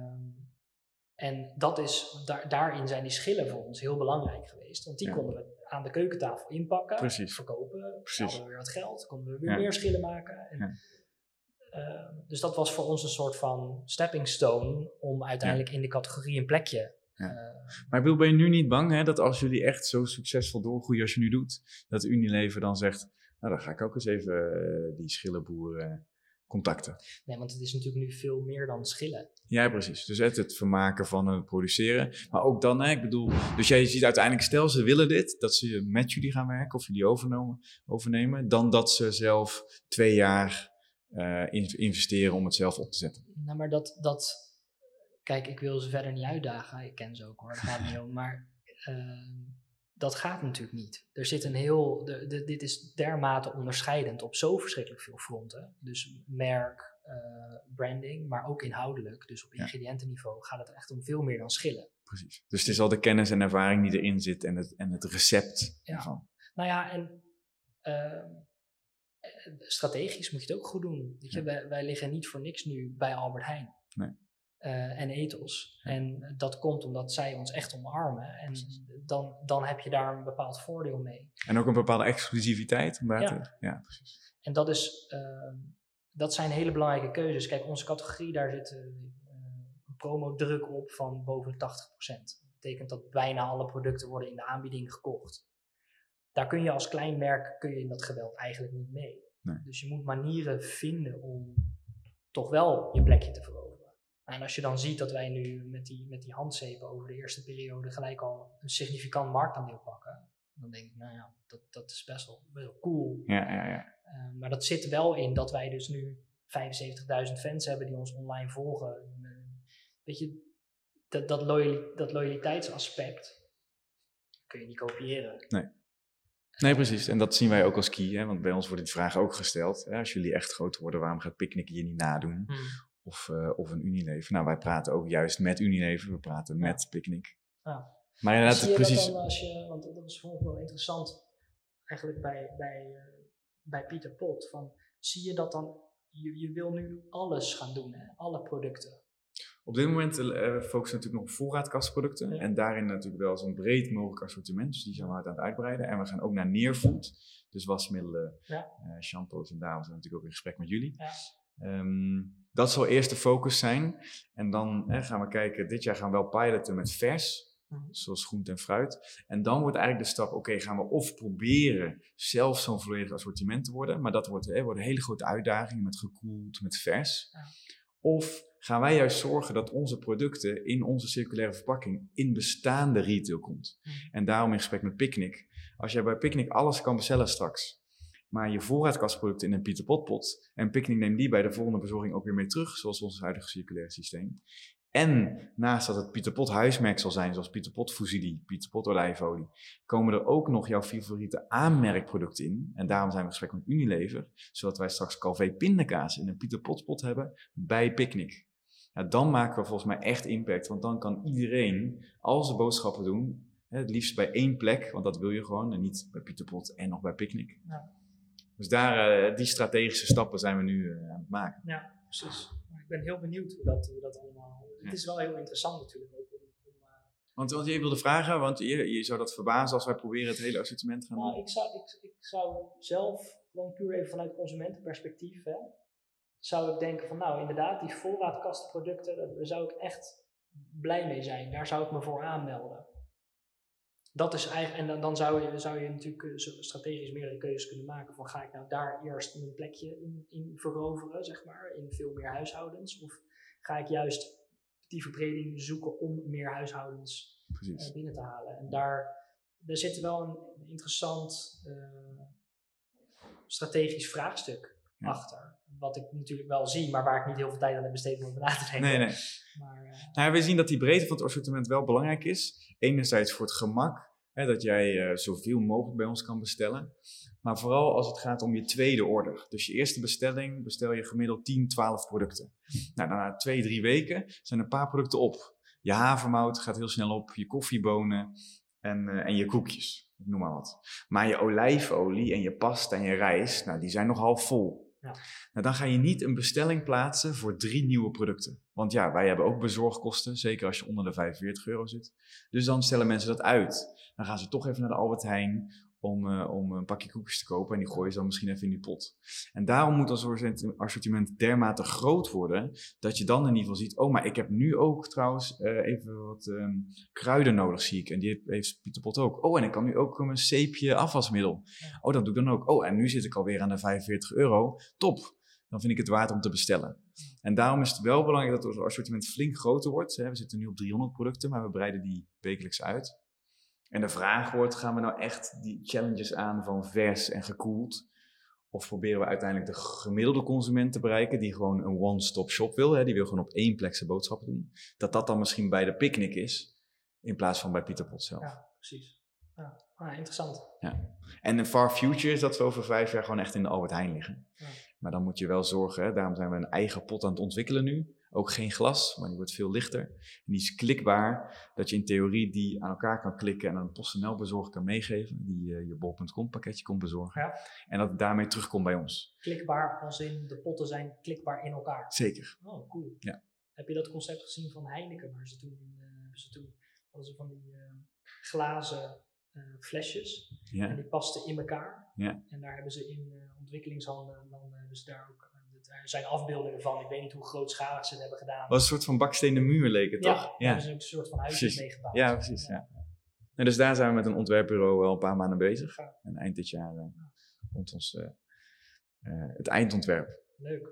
En daarin zijn die schillen voor ons heel belangrijk geweest. Want die konden we aan de keukentafel inpakken, verkopen. Hadden we weer wat geld, konden we weer meer schillen maken. Dus dat was voor ons een soort van stepping stone om uiteindelijk in de categorie een plekje. Maar ben je nu niet bang dat als jullie echt zo succesvol doorgroeien als je nu doet, dat Unilever dan zegt, nou dan ga ik ook eens even die schillenboeren contacten? Nee, want het is natuurlijk nu veel meer dan schillen. Ja, precies. Dus het vermaken van het produceren. Maar ook dan, ik bedoel... Dus jij ziet uiteindelijk, stel ze willen dit, dat ze met jullie gaan werken of jullie overnemen, dan dat ze zelf 2 jaar investeren om het zelf op te zetten. Nou, maar kijk, ik wil ze verder niet uitdagen. Ik ken ze ook hoor, daar gaat het niet om. Maar dat gaat natuurlijk niet. Er zit dit is dermate onderscheidend op zo verschrikkelijk veel fronten. Dus merk, branding, maar ook inhoudelijk. Dus op ingrediëntenniveau gaat het echt om veel meer dan schillen. Precies. Dus het is al de kennis en ervaring die erin zit en het recept ervan. Nou ja, en strategisch moet je het ook goed doen. Weet je, wij liggen niet voor niks nu bij Albert Heijn. Nee. En Ethos. En dat komt omdat zij ons echt omarmen. En dan heb je daar een bepaald voordeel mee. En ook een bepaalde exclusiviteit. Ja, precies. En dat zijn hele belangrijke keuzes. Kijk, onze categorie, daar zit een promodruk op van boven 80%. Dat betekent dat bijna alle producten worden in de aanbieding gekocht. Daar kun je als klein merk in dat geweld eigenlijk niet mee. Nee. Dus je moet manieren vinden om toch wel je plekje te veroveren. En als je dan ziet dat wij nu met die handzeepen over de eerste periode gelijk al een significant marktaandeel pakken, dan denk ik, nou ja, dat is best wel cool. Ja. Maar dat zit wel in dat wij dus nu 75.000 fans hebben die ons online volgen. Weet je, dat loyaliteitsaspect kun je niet kopiëren. Nee, precies. En dat zien wij ook als key, want bij ons wordt die vraag ook gesteld. Als jullie echt groot worden, waarom gaat Picnic je niet nadoen? Of een Unilever. Nou, wij praten ook juist met Unilever. We praten met Picnic. Ja. Maar inderdaad, zie je precies. Dat dan want dat was voor me wel interessant, eigenlijk bij Pieter Pot. Zie je dat dan, je wil nu alles gaan doen, hè? Alle producten. Op dit moment focussen we natuurlijk nog op voorraadkastproducten. En daarin natuurlijk wel zo'n breed mogelijk assortiment. Dus die zijn we hard aan het uitbreiden. En we gaan ook naar nearfood. Dus wasmiddelen, shampoos en daarom zijn we natuurlijk ook in gesprek met jullie. Ja. Dat zal eerst de focus zijn. En dan gaan we kijken, dit jaar gaan we wel piloten met vers. Zoals groente en fruit. En dan wordt eigenlijk de stap, oké, gaan we of proberen zelf zo'n volledig assortiment te worden. Maar dat worden hele grote uitdagingen met gekoeld, met vers. Ja. Of gaan wij juist zorgen dat onze producten in onze circulaire verpakking in bestaande retail komt. En daarom in gesprek met Picnic. Als jij bij Picnic alles kan bestellen straks, maar je voorraadkastproducten in een Pieter Pot pot en Picnic neemt die bij de volgende bezorging ook weer mee terug, zoals ons huidige circulaire systeem. En naast dat het Pieter Pot huismerk zal zijn, zoals Pieter Pot fusilli, Pieter Pot olijfolie, komen er ook nog jouw favoriete aanmerkproducten in. En daarom zijn we in gesprek met Unilever, zodat wij straks Calvé pindakaas in een Pieter Pot pot hebben bij Picnic. Ja, dan maken we volgens mij echt impact, want dan kan iedereen al zijn boodschappen doen, het liefst bij één plek, want dat wil je gewoon, en niet bij Pieter Pot en nog bij Picnic. Ja. Dus die strategische stappen zijn we nu aan het maken. Ja, precies. Ik ben heel benieuwd hoe dat allemaal... Het is wel heel interessant natuurlijk ook. Want je wilde vragen, want je zou dat verbazen als wij proberen het hele assortiment te gaan doen? Ik zou zelf, gewoon puur even vanuit consumentenperspectief, zou ik denken van nou inderdaad, die voorraadkastproducten, daar zou ik echt blij mee zijn. Daar zou ik me voor aanmelden. Dat is eigenlijk, en dan zou je natuurlijk strategisch meerdere keuzes kunnen maken van ga ik nou daar eerst een plekje in veroveren, zeg maar, in veel meer huishoudens, of ga ik juist die verbreding zoeken om meer huishoudens binnen te halen. En daar zit wel een interessant strategisch vraagstuk achter. Wat ik natuurlijk wel zie, maar waar ik niet heel veel tijd aan heb besteed om over na te denken. Nee. Maar, we zien dat die breedte van het assortiment wel belangrijk is. Enerzijds voor het gemak, dat jij zoveel mogelijk bij ons kan bestellen. Maar vooral als het gaat om je tweede order. Dus je eerste bestelling bestel je gemiddeld 10, 12 producten. Nou, na 2-3 weken zijn een paar producten op. Je havermout gaat heel snel op, je koffiebonen en je koekjes. Ik noem maar wat. Maar je olijfolie en je pasta en je rijst, nou, die zijn nog half vol. Ja. Nou, dan ga je niet een bestelling plaatsen voor 3 nieuwe producten. Want ja, wij hebben ook bezorgkosten, zeker als je onder de €45 zit. Dus dan stellen mensen dat uit. Dan gaan ze toch even naar de Albert Heijn om een pakje koekjes te kopen en die gooien ze dan misschien even in die pot. En daarom moet ons assortiment dermate groot worden, dat je dan in ieder geval ziet, oh, maar ik heb nu ook trouwens even wat kruiden nodig, zie ik. En die heeft Pieter Pot ook. Oh, en ik kan nu ook een zeepje afwasmiddel. Oh, dat doe ik dan ook. Oh, en nu zit ik alweer aan de €45. Top. Dan vind ik het waard om te bestellen. En daarom is het wel belangrijk dat ons assortiment flink groter wordt. We zitten nu op 300 producten, maar we breiden die wekelijks uit. En de vraag wordt, gaan we nou echt die challenges aan van vers en gekoeld? Of proberen we uiteindelijk de gemiddelde consument te bereiken die gewoon een one-stop shop wil. Die wil gewoon op één plek zijn boodschappen doen. Dat dan misschien bij de Picnic is, in plaats van bij Pieter Pot zelf. Ja, precies. Ja. Interessant. Ja. En een far future is dat we over 5 jaar gewoon echt in de Albert Heijn liggen. Ja. Maar dan moet je wel zorgen, daarom zijn we een eigen pot aan het ontwikkelen nu. Ook geen glas, maar die wordt veel lichter. En die is klikbaar, dat je in theorie die aan elkaar kan klikken en aan een PostNL bezorger kan meegeven. Die je bol.com pakketje kon bezorgen. Ja. En dat het daarmee terugkomt bij ons. Klikbaar als in de potten zijn klikbaar in elkaar? Zeker. Oh, cool. Ja. Heb je dat concept gezien van Heineken, waar ze toen hadden ze van die glazen flesjes. Ja. En die pasten in elkaar. Ja. En daar hebben ze in ontwikkelingshanden, en dan hebben ze daar ook... Er zijn afbeeldingen van, ik weet niet hoe grootschalig ze het hebben gedaan. Was een soort van bakstenen muur leek het, toch? Ja, daar hebben ze ook een soort van huisjes mee gebouwd. Ja, precies. Ja. En dus daar zijn we met een ontwerpbureau al een paar maanden bezig. Ja. En eind dit jaar komt ons het eindontwerp. Leuk.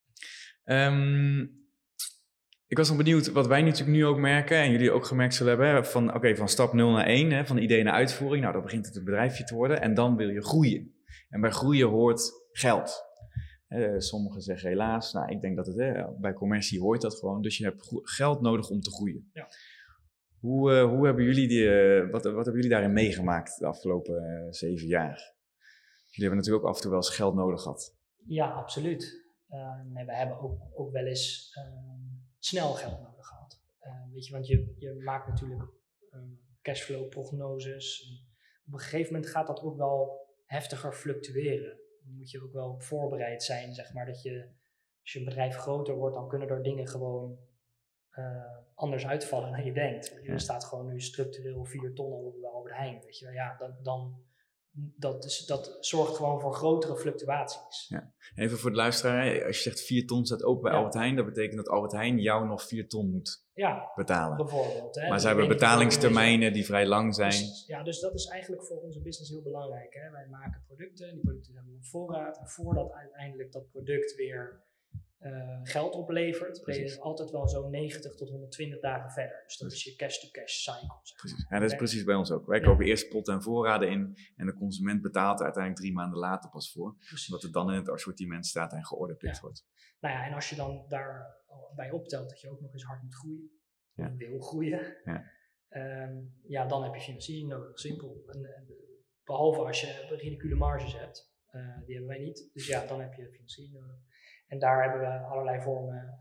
Ik was nog benieuwd wat wij natuurlijk nu ook merken, en jullie ook gemerkt zullen hebben, van stap 0 naar 1, van idee naar uitvoering. Nou, dan begint het een bedrijfje te worden en dan wil je groeien. En bij groeien hoort geld. Sommigen zeggen helaas, nou, ik denk dat het bij commercie hoort dat gewoon. Dus je hebt geld nodig om te groeien. Ja. Hoe hebben jullie wat hebben jullie daarin meegemaakt de afgelopen 7 jaar? Jullie hebben natuurlijk ook af en toe wel eens geld nodig gehad. Ja, absoluut. We hebben ook wel eens snel geld nodig gehad. Weet je, want je maakt natuurlijk cashflow prognoses. Op een gegeven moment gaat dat ook wel heftiger fluctueren. Dan moet je ook wel op voorbereid zijn, zeg maar, dat als je bedrijf groter wordt, dan kunnen er dingen gewoon anders uitvallen dan je denkt. Er staat gewoon nu structureel 4 ton op bij Albert Heijn, weet je wel. Ja, dat zorgt gewoon voor grotere fluctuaties. Ja. Even voor de luisteraar, als je zegt 4 ton staat open bij Albert Heijn, dat betekent dat Albert Heijn jou nog 4 ton moet betalen. Bijvoorbeeld. Hè. Maar ze hebben betalingstermijnen die vrij lang zijn. Precies. Ja, dus dat is eigenlijk voor onze business heel belangrijk. Hè. Wij maken producten, die producten hebben we op voorraad. En voordat uiteindelijk dat product weer geld oplevert, ben je altijd wel zo'n 90 tot 120 dagen verder. Dus dat is je cash-to-cash cycle. Zeg maar. Ja, dat is precies bij ons ook. Wij kopen eerst potten en voorraden in en de consument betaalt er uiteindelijk 3 maanden later pas voor. Precies. Omdat het dan in het assortiment staat en georderpikt wordt. Nou ja, en als je dan daarbij optelt dat je ook nog eens hard moet groeien, wil groeien, dan heb je financiering nodig. Simpel. Behalve als je ridicule marges hebt. Die hebben wij niet. Dus ja, dan heb je financiering nodig. En daar hebben we allerlei vormen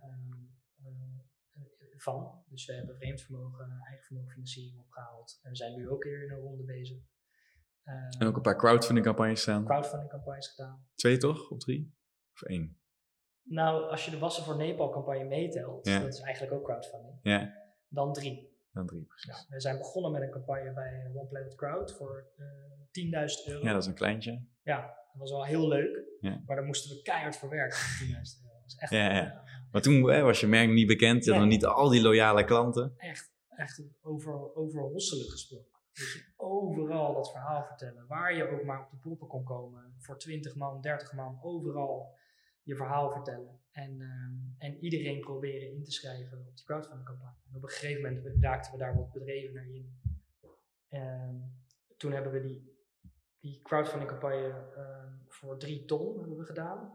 van. Dus we hebben vreemd vermogen, eigen vermogen financiering opgehaald. En we zijn nu ook weer in een ronde bezig. En ook een paar crowdfunding campagnes staan. Crowdfunding campagnes gedaan. 2 toch? Of 3? Of 1? Nou, als je de Wassen voor Nepal campagne meetelt, dat is eigenlijk ook crowdfunding. Ja. Dan 3. Dan 3, precies. Ja, we zijn begonnen met een campagne bij One Planet Crowd voor €10.000. Ja, dat is een kleintje. Ja, dat was wel heel leuk. Ja. Maar daar moesten we keihard voor werken. €10.000. Dat was echt Maar toen was je merk niet bekend. Je had nog niet al die loyale klanten. Echt over hosselen gesproken. Dat je overal dat verhaal vertellen. Waar je ook maar op de proppen kon komen. Voor 20 man, 30 man. Overal je verhaal vertellen. En iedereen proberen in te schrijven op die crowdfunding campagne. En op een gegeven moment raakten we daar wat bedreven naar in. Toen hebben we die crowdfunding campagne voor 3 ton hebben we gedaan.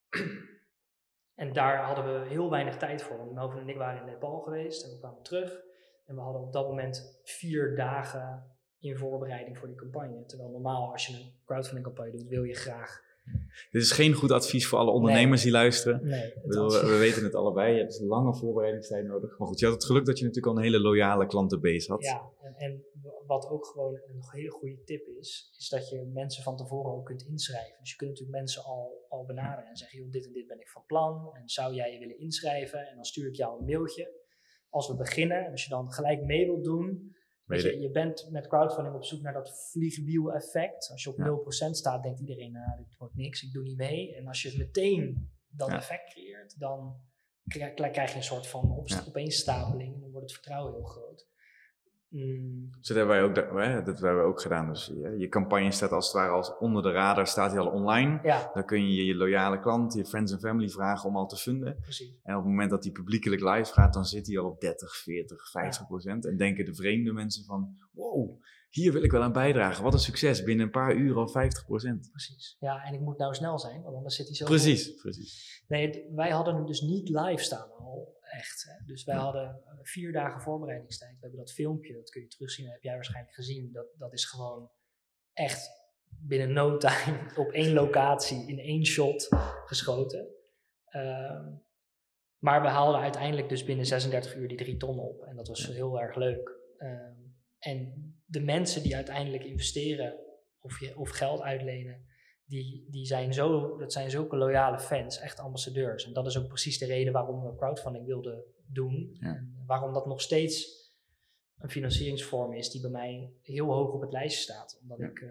En daar hadden we heel weinig tijd voor. Want Melvin en ik waren in Nepal geweest en we kwamen terug. En we hadden op dat moment 4 dagen in voorbereiding voor die campagne. Terwijl normaal als je een crowdfunding campagne doet, wil je graag. Dit is geen goed advies voor alle ondernemers die luisteren. Nee, we weten het allebei. Je hebt dus lange voorbereidingstijd nodig. Maar goed, je had het geluk dat je natuurlijk al een hele loyale klantenbase had. Ja, en wat ook gewoon een hele goede tip is dat je mensen van tevoren ook kunt inschrijven. Dus je kunt natuurlijk mensen al benaderen en zeggen, joh, dit en dit ben ik van plan. En zou jij je willen inschrijven? En dan stuur ik jou een mailtje. Als we beginnen, en als je dan gelijk mee wilt doen. Je bent met crowdfunding op zoek naar dat vliegwiel effect. Als je op 0% staat, denkt iedereen, dit wordt niks, ik doe niet mee. En als je meteen dat effect creëert, dan krijg je een soort van opeenstapeling. En dan wordt het vertrouwen heel groot. Dus dat hebben wij ook gedaan. Dus je campagne staat als het ware als onder de radar, staat hij al online. Ja. Dan kun je je loyale klant, je friends en family vragen om al te vinden. Precies. En op het moment dat die publiekelijk live gaat, dan zit hij al op 30, 40, 50%. En denken de vreemde mensen van, wow, hier wil ik wel aan bijdragen. Wat een succes, binnen een paar uur al 50%. Precies. Ja, en ik moet nou snel zijn, want anders zit hij zo. Precies. Nee, wij hadden hem dus niet live staan al. Echt. Hè? Dus wij hadden 4 dagen voorbereidingstijd. We hebben dat filmpje, dat kun je terugzien, dat heb jij waarschijnlijk gezien. Dat is gewoon echt binnen no time op 1 locatie in 1 shot geschoten. Maar we haalden uiteindelijk dus binnen 36 uur die 3 ton op. En dat was heel erg leuk. En de mensen die uiteindelijk investeren of geld uitlenen, dat zijn zulke loyale fans, echt ambassadeurs. En dat is ook precies de reden waarom we crowdfunding wilden doen. Ja. En waarom dat nog steeds een financieringsvorm is die bij mij heel hoog op het lijstje staat. Omdat ik...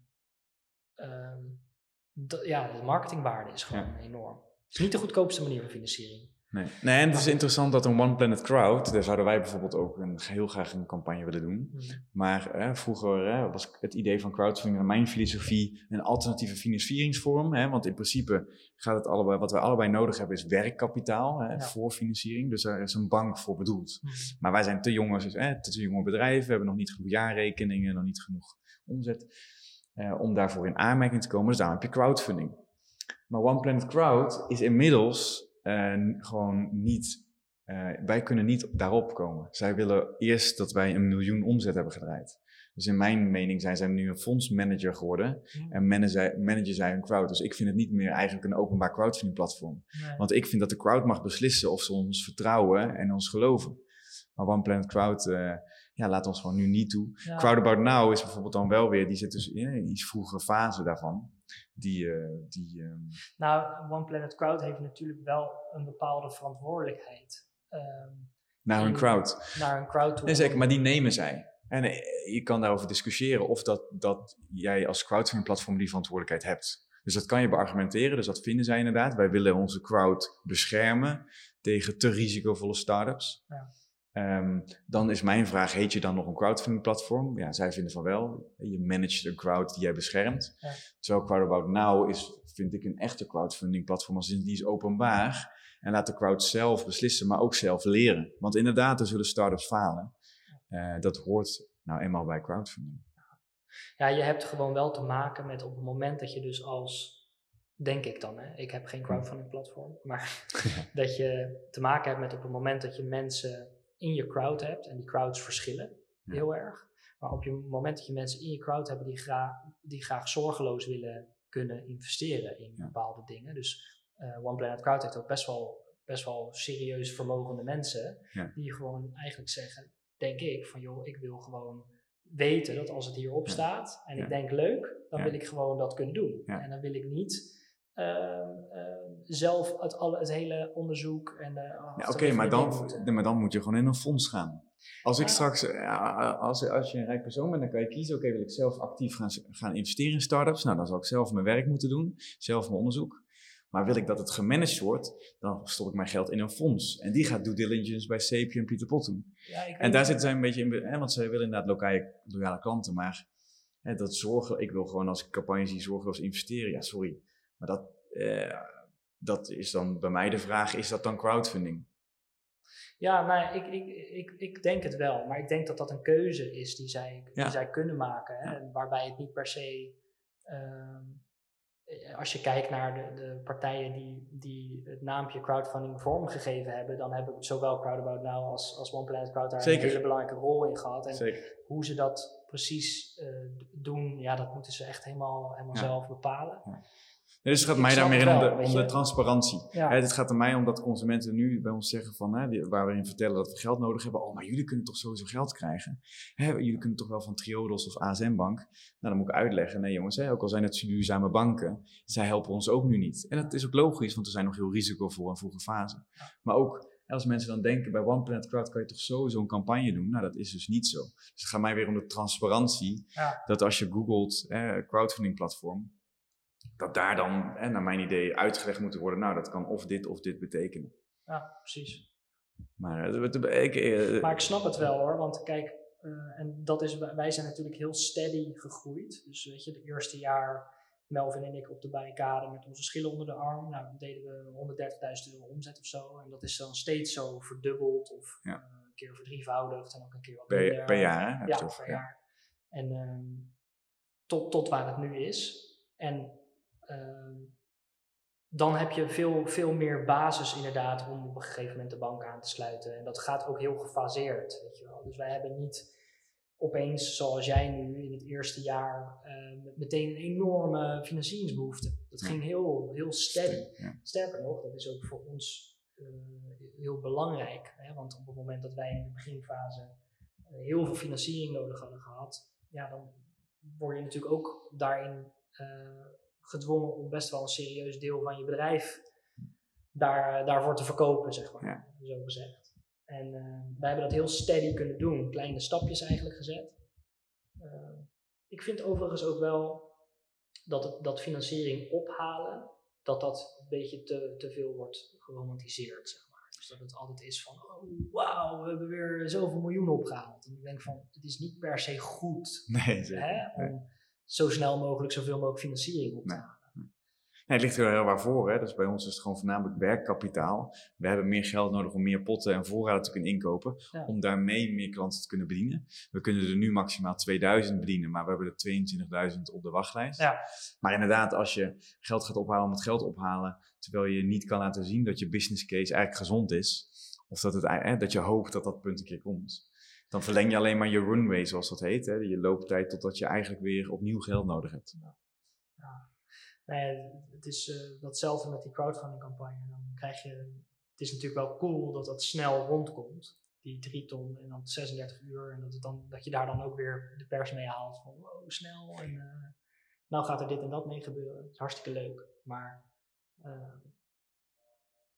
de marketingwaarde is gewoon enorm. Het is niet de goedkoopste manier van financiering. Nee, en het is interessant dat een One Planet Crowd, daar zouden wij bijvoorbeeld ook heel graag een campagne willen doen. Maar vroeger was het idee van crowdfunding naar mijn filosofie een alternatieve financieringsvorm. Want in principe gaat het allebei, wat wij allebei nodig hebben is werkkapitaal voor financiering. Dus daar is een bank voor bedoeld. Maar wij zijn te jonge bedrijven, we hebben nog niet genoeg jaarrekeningen, nog niet genoeg omzet om daarvoor in aanmerking te komen. Dus daarom heb je crowdfunding. Maar One Planet Crowd is inmiddels gewoon niet, wij kunnen niet daarop komen. Zij willen eerst dat wij 1 miljoen omzet hebben gedraaid. Dus in mijn mening zijn zij nu een fondsmanager geworden en managen zij een crowd. Dus ik vind het niet meer eigenlijk een openbaar crowdfunding platform. Nee. Want ik vind dat de crowd mag beslissen of ze ons vertrouwen en ons geloven. Maar One Planet Crowd laat ons gewoon nu niet toe. Ja. Crowd About Now is bijvoorbeeld dan wel weer, die zit dus in een iets vroegere fase daarvan. Nou, One Planet Crowd heeft natuurlijk wel een bepaalde verantwoordelijkheid. Naar hun crowd. Naar hun crowd toe. Nee, zeker, maar die nemen zij. En je kan daarover discussiëren of dat jij als crowdfunding platform die verantwoordelijkheid hebt. Dus dat kan je beargumenteren, dus dat vinden zij inderdaad. Wij willen onze crowd beschermen tegen te risicovolle start-ups. Ja. Dan is mijn vraag, heet je dan nog een crowdfunding platform? Ja, zij vinden van wel. Je managt een crowd die jij beschermt. Ja. Terwijl Crowdabout Now is, vind ik, een echte crowdfunding platform. Als die is openbaar en laat de crowd zelf beslissen, maar ook zelf leren. Want inderdaad, er zullen start-ups falen. Dat hoort nou eenmaal bij crowdfunding. Ja, je hebt gewoon wel te maken met op het moment dat je dus als, denk ik dan, ik heb geen crowdfunding platform, maar dat je te maken hebt met op het moment dat je mensen in je crowd hebt, en die crowds verschillen heel erg, maar op het moment dat je mensen in je crowd hebt die graag zorgeloos willen kunnen investeren in bepaalde dingen. Dus One Planet Crowd heeft ook best wel serieus vermogende mensen die gewoon eigenlijk zeggen, denk ik, van joh, ik wil gewoon weten dat als het hierop staat en ik denk leuk, dan wil ik gewoon dat kunnen doen. Ja. En dan wil ik niet zelf het hele onderzoek en maar dan moet je gewoon in een fonds gaan. Als ik straks, als je een rijk persoon bent, dan kan je kiezen, wil ik zelf actief gaan investeren in startups? Nou, dan zal ik zelf mijn werk moeten doen, zelf mijn onderzoek. Maar wil ik dat het gemanaged wordt, dan stop ik mijn geld in een fonds. En die gaat due diligence bij Sapio en Pieter Pot doen. Ja, en daar zitten zij een beetje in, want zij willen inderdaad loyale klanten. Maar ik wil gewoon als ik campagne zie zorgeloos investeren. Ja, sorry. Maar dat is dan bij mij de vraag, is dat dan crowdfunding? Ja, nou, ik denk het wel. Maar ik denk dat dat een keuze is die zij kunnen maken. Hè, waarbij het niet per se... als je kijkt naar de partijen die het naampje crowdfunding vormgegeven hebben, dan hebben zowel Crowdabout Now als One Planet Crowd daar een hele belangrijke rol in gehad. En hoe ze dat precies doen, dat moeten ze echt helemaal zelf bepalen. Ja. Dus het gaat mij daar meer om de transparantie. Ja. Het gaat er mij om dat consumenten nu bij ons zeggen van, waar we in vertellen dat we geld nodig hebben. Oh, maar jullie kunnen toch sowieso geld krijgen? Jullie kunnen toch wel van Triodos of ASM Bank? Nou, dan moet ik uitleggen. Nee jongens, ook al zijn het duurzame banken, zij helpen ons ook nu niet. En dat is ook logisch, want we zijn nog heel risicovol in vroege fase. Maar ook als mensen dan denken, bij One Planet Crowd kan je toch sowieso een campagne doen? Nou, dat is dus niet zo. Dus het gaat mij weer om de transparantie. Ja. Dat als je googelt, crowdfunding platform, dat daar dan, naar mijn idee, uitgelegd moet worden. Nou, dat kan of dit betekenen. Ja, precies. Maar ik snap het wel hoor, want kijk, en wij zijn natuurlijk heel steady gegroeid. Dus weet je, het eerste jaar, Melvin en ik op de barricade met onze schillen onder de arm. Nou, dan deden we €130.000 omzet of zo. En dat is dan steeds zo verdubbeld of een keer verdrievoudigd en ook een keer wat minder. Per jaar, hè? Ja, per jaar. En tot waar het nu is. En dan heb je veel meer basis inderdaad om op een gegeven moment de bank aan te sluiten. En dat gaat ook heel gefaseerd, weet je wel. Dus wij hebben niet opeens, zoals jij nu in het eerste jaar, meteen een enorme financieringsbehoefte. Dat ging heel steady. Ja. Sterker nog, dat is ook voor ons heel belangrijk. Hè? Want op het moment dat wij in de beginfase heel veel financiering nodig hadden gehad, dan word je natuurlijk ook daarin gedwongen om best wel een serieus deel van je bedrijf daarvoor te verkopen, zeg maar, zo gezegd. En wij hebben dat heel steady kunnen doen, kleine stapjes eigenlijk gezet. Ik vind overigens ook wel dat financiering ophalen, dat een beetje te veel wordt geromantiseerd, zeg maar. Dus dat het altijd is van, oh wauw, we hebben weer zoveel miljoen opgehaald. En ik denk van, het is niet per se goed om zo snel mogelijk zoveel mogelijk financiering op te halen. Nee, het ligt er heel waar voor. Hè? Dus bij ons is het gewoon voornamelijk werkkapitaal. We hebben meer geld nodig om meer potten en voorraden te kunnen inkopen. Ja. Om daarmee meer klanten te kunnen bedienen. We kunnen er nu maximaal 2000 bedienen, maar we hebben er 22.000 op de wachtlijst. Ja. Maar inderdaad, als je geld gaat ophalen om het geld ophalen, terwijl je niet kan laten zien dat je business case eigenlijk gezond is, of dat je hoopt dat dat punt een keer komt, dan verleng je alleen maar je runway, zoals dat heet. Hè? Je looptijd totdat je eigenlijk weer opnieuw geld nodig hebt. Ja. Nee, het is datzelfde met die crowdfunding campagne. Dan krijg je, het is natuurlijk wel cool dat dat snel rondkomt. Die 3 ton en dan 36 uur. En dat je daar dan ook weer de pers mee haalt van wow, snel. En nou gaat er dit en dat mee gebeuren. Dat is hartstikke leuk. Maar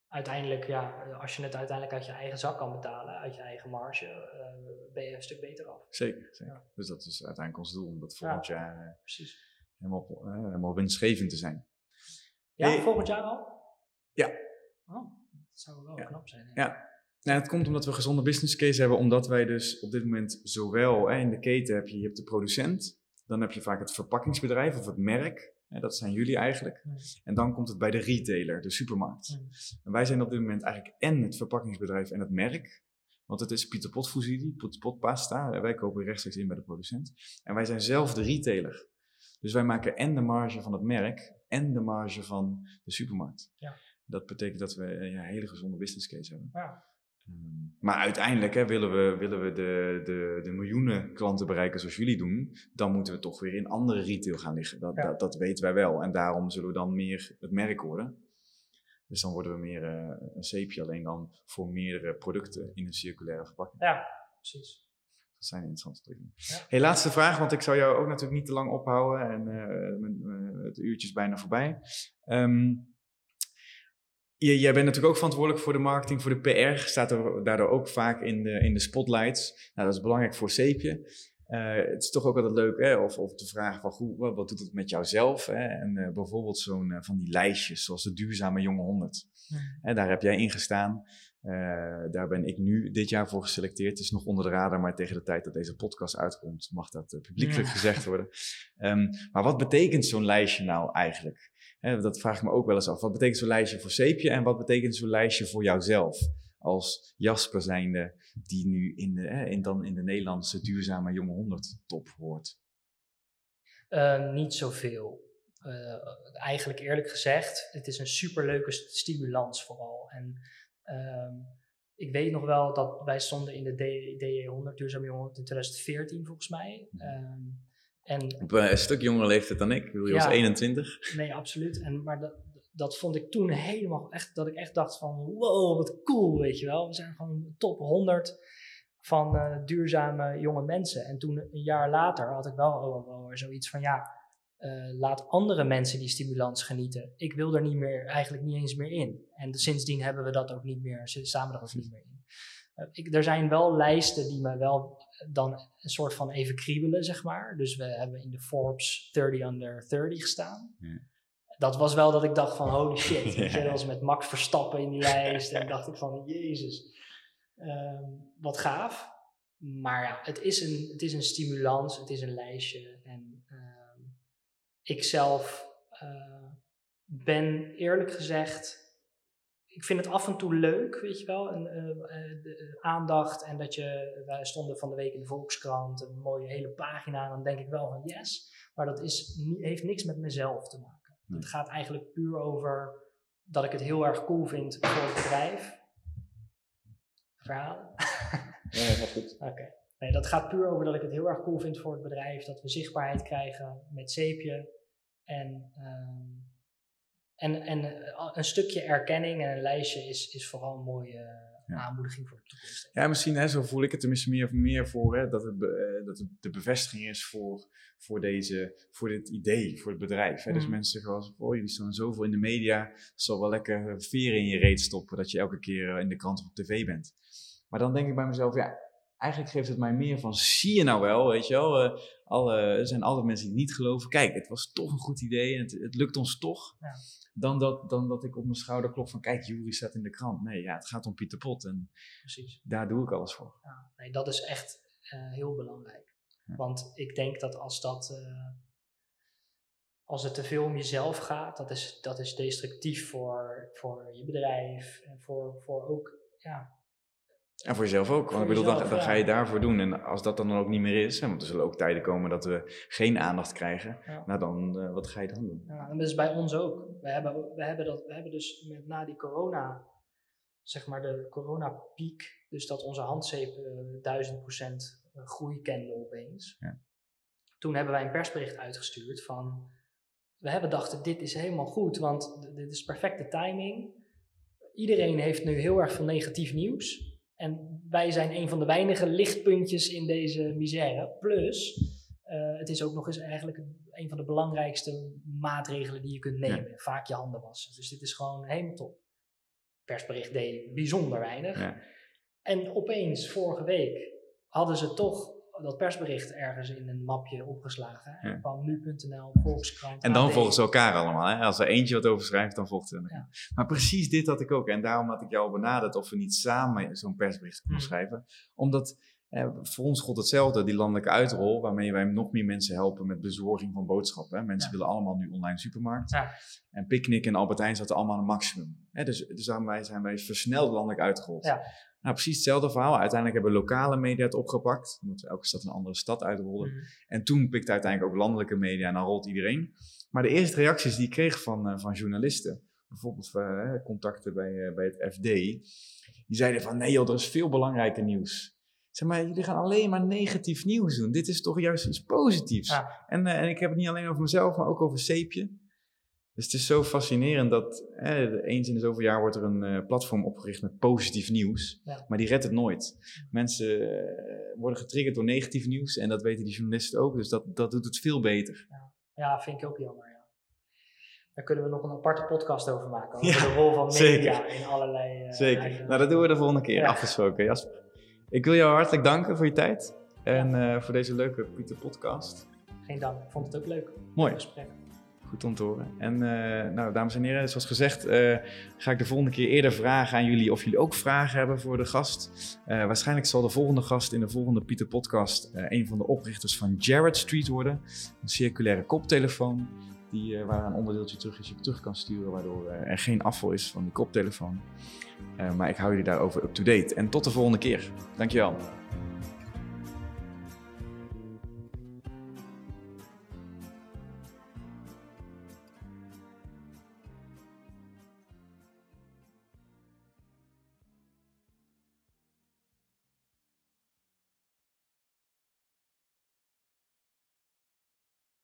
uiteindelijk, als je het uiteindelijk uit je eigen zak kan betalen, uit je eigen marge, ben je een stuk beter af. Zeker. Ja. Dus dat is uiteindelijk ons doel, om dat volgend jaar precies. helemaal winstgevend te zijn. Ja, volgend jaar al? Ja. Oh, dat zou wel knap zijn. Ja. Nou, het komt omdat we een gezonde business case hebben, omdat wij dus op dit moment zowel in de keten je hebt de producent, dan heb je vaak het verpakkingsbedrijf of het merk. Dat zijn jullie eigenlijk. En dan komt het bij de retailer, de supermarkt. En wij zijn op dit moment eigenlijk en het verpakkingsbedrijf en het merk. Want het is Pieter Pot Fusilli, Pieter Pot Pasta. Wij kopen rechtstreeks in bij de producent. En wij zijn zelf de retailer. Dus wij maken en de marge van het merk en de marge van de supermarkt. Ja. Dat betekent dat we een hele gezonde business case hebben. Ja. Maar uiteindelijk willen we de miljoenen klanten bereiken zoals jullie doen, dan moeten we toch weer in andere retail gaan liggen. Dat weten wij wel. En daarom zullen we dan meer het merk worden. Dus dan worden we meer een zeepje, alleen dan voor meerdere producten in een circulaire verpakking. Ja, precies. Dat zijn interessante dingen. Ja. Hey, laatste vraag, want ik zou jou ook natuurlijk niet te lang ophouden. En het uurtje is bijna voorbij. Jij bent natuurlijk ook verantwoordelijk voor de marketing, voor de PR. Staat er daardoor ook vaak in de spotlights. Nou, dat is belangrijk voor Zeepje. Het is toch ook altijd leuk, of te vragen van wat doet het met jouzelf? Hè? En bijvoorbeeld van die lijstjes, zoals de Duurzame Jonge 100. Daar heb jij in gestaan. Daar ben ik nu dit jaar voor geselecteerd. Het is nog onder de radar, maar tegen de tijd dat deze podcast uitkomt, mag dat publiekelijk gezegd worden. Maar wat betekent zo'n lijstje nou eigenlijk? Dat vraag ik me ook wel eens af. Wat betekent zo'n lijstje voor Zeepje en wat betekent zo'n lijstje voor jouzelf? Als Jasper zijnde, die nu in de Nederlandse Duurzame Jonge 100 top hoort. Niet zoveel. Eigenlijk eerlijk gezegd, het is een superleuke stimulans vooral. En ik weet nog wel dat wij stonden in de DE 100, Duurzame Jonge 100 in 2014 volgens mij. Op een stuk jongere leeftijd dan ik. Ik bedoel, je was 21. Nee, absoluut. Maar dat vond ik toen helemaal echt, dat ik echt dacht van wow, wat cool, weet je wel. We zijn gewoon top 100 van duurzame jonge mensen. En toen een jaar later had ik wel zoiets van laat andere mensen die stimulans genieten. Ik wil er eigenlijk niet eens meer in. En sindsdien hebben we dat ook niet meer, samen er ook niet meer in. Er zijn wel lijsten die me wel dan een soort van even kriebelen, zeg maar. Dus we hebben in de Forbes 30 Under 30 gestaan. Ja. Dat was wel dat ik dacht van holy shit. Weet je, dat was met Max Verstappen in die lijst. En dacht ik van jezus, wat gaaf. Maar het is een stimulans, het is een lijstje. En ik zelf ben eerlijk gezegd, ik vind het af en toe leuk, weet je wel, de aandacht en wij stonden van de week in de Volkskrant, een mooie hele pagina, en dan denk ik wel van yes, maar dat heeft niks met mezelf te maken. Nee. Het gaat eigenlijk puur over dat ik het heel erg cool vind voor het bedrijf. Verhalen? Ja, dat goed. Oké. Nee, dat gaat puur over dat ik het heel erg cool vind voor het bedrijf, dat we zichtbaarheid krijgen met Zeepje en een stukje erkenning en een lijstje is vooral een mooie aanmoediging voor de toekomst. Ja, misschien zo voel ik het tenminste meer voor, dat het de bevestiging is voor dit idee, voor het bedrijf. Hè. Dus mensen zeggen wel eens, jullie staan zoveel in de media, het zal wel lekker veren in je reet stoppen dat je elke keer in de krant of op tv bent. Maar dan denk ik bij mezelf, eigenlijk geeft het mij meer van, zie je nou wel, weet je wel, er zijn altijd mensen die niet geloven. Kijk, het was toch een goed idee en het lukt ons toch. Ja. Dan dat ik op mijn schouder klop van, kijk, Juri staat in de krant. Nee, het gaat om Pieter Pot en precies. Daar doe ik alles voor. Ja, nee, dat is echt heel belangrijk. Ja. Want ik denk dat als het te veel om jezelf gaat, dat is destructief voor je bedrijf en voor ook, En voor jezelf ook, want ik bedoel, dan ga je daarvoor doen. En als dat dan ook niet meer is, want er zullen ook tijden komen dat we geen aandacht krijgen, nou dan, wat ga je dan doen? Ja, en dat is bij ons ook. We hebben dus na die corona, zeg maar de coronapiek, dus dat onze handzeep 1000% groei kende opeens. Ja. Toen hebben wij een persbericht uitgestuurd van, we dachten dit is helemaal goed, want dit is perfecte timing. Iedereen heeft nu heel erg veel negatief nieuws. En wij zijn een van de weinige lichtpuntjes in deze misère. Plus, het is ook nog eens eigenlijk een van de belangrijkste maatregelen die je kunt nemen. Ja. Vaak je handen wassen. Dus dit is gewoon helemaal top. persbericht deed bijzonder weinig. Ja. En opeens, vorige week, hadden ze toch dat persbericht ergens in een mapje opgeslagen. En kwam nu.nl, Volkskrant. En dan AD. volgen ze elkaar allemaal. Hè? Als er eentje wat over schrijft, dan volgt er. Ja. Maar precies dit had ik ook. En daarom had ik jou benaderd of we niet samen zo'n persbericht konden schrijven. Omdat voor ons gold hetzelfde, die landelijke uitrol, waarmee wij nog meer mensen helpen met bezorging van boodschappen. Hè? Mensen willen allemaal nu online supermarkt. Ja. En Picnic en Albert Heijn zaten allemaal aan een maximum. Hè? Dus daarmee zijn wij versneld landelijk uitgerold. Ja. Nou, precies hetzelfde verhaal. Uiteindelijk hebben lokale media het opgepakt, omdat elke stad een andere stad uitrolde. En toen pikte uiteindelijk ook landelijke media en dan rolt iedereen. Maar de eerste reacties die ik kreeg van journalisten, bijvoorbeeld contacten bij het FD, die zeiden van nee joh, er is veel belangrijker nieuws. Zeg maar, jullie gaan alleen maar negatief nieuws doen. Dit is toch juist iets positiefs. Ja. En ik heb het niet alleen over mezelf, maar ook over Zeepje. Dus het is zo fascinerend dat eens in de zoveel jaar wordt er een platform opgericht met positief nieuws. Ja. Maar die redt het nooit. Mensen worden getriggerd door negatief nieuws en dat weten die journalisten ook. Dus dat doet het veel beter. Ja, vind ik ook jammer. Ja. Daar kunnen we nog een aparte podcast over maken. Over de rol van media in allerlei... Zeker. Nou, dat doen we de volgende keer. Afgesproken, Jasper. Ik wil jou hartelijk danken voor je tijd en voor deze leuke Pieter podcast. Geen dank, ik vond het ook leuk. Mooi gesprek. Goed om te horen. En nou, dames en heren, zoals gezegd ga ik de volgende keer eerder vragen aan jullie of jullie ook vragen hebben voor de gast. Waarschijnlijk zal de volgende gast in de volgende Pieter podcast een van de oprichters van Jared Street worden. Een circulaire koptelefoon waar een onderdeeltje terug is, je terug kan sturen, waardoor er geen afval is van die koptelefoon. Maar ik hou jullie daarover up-to-date. En tot de volgende keer. Dankjewel.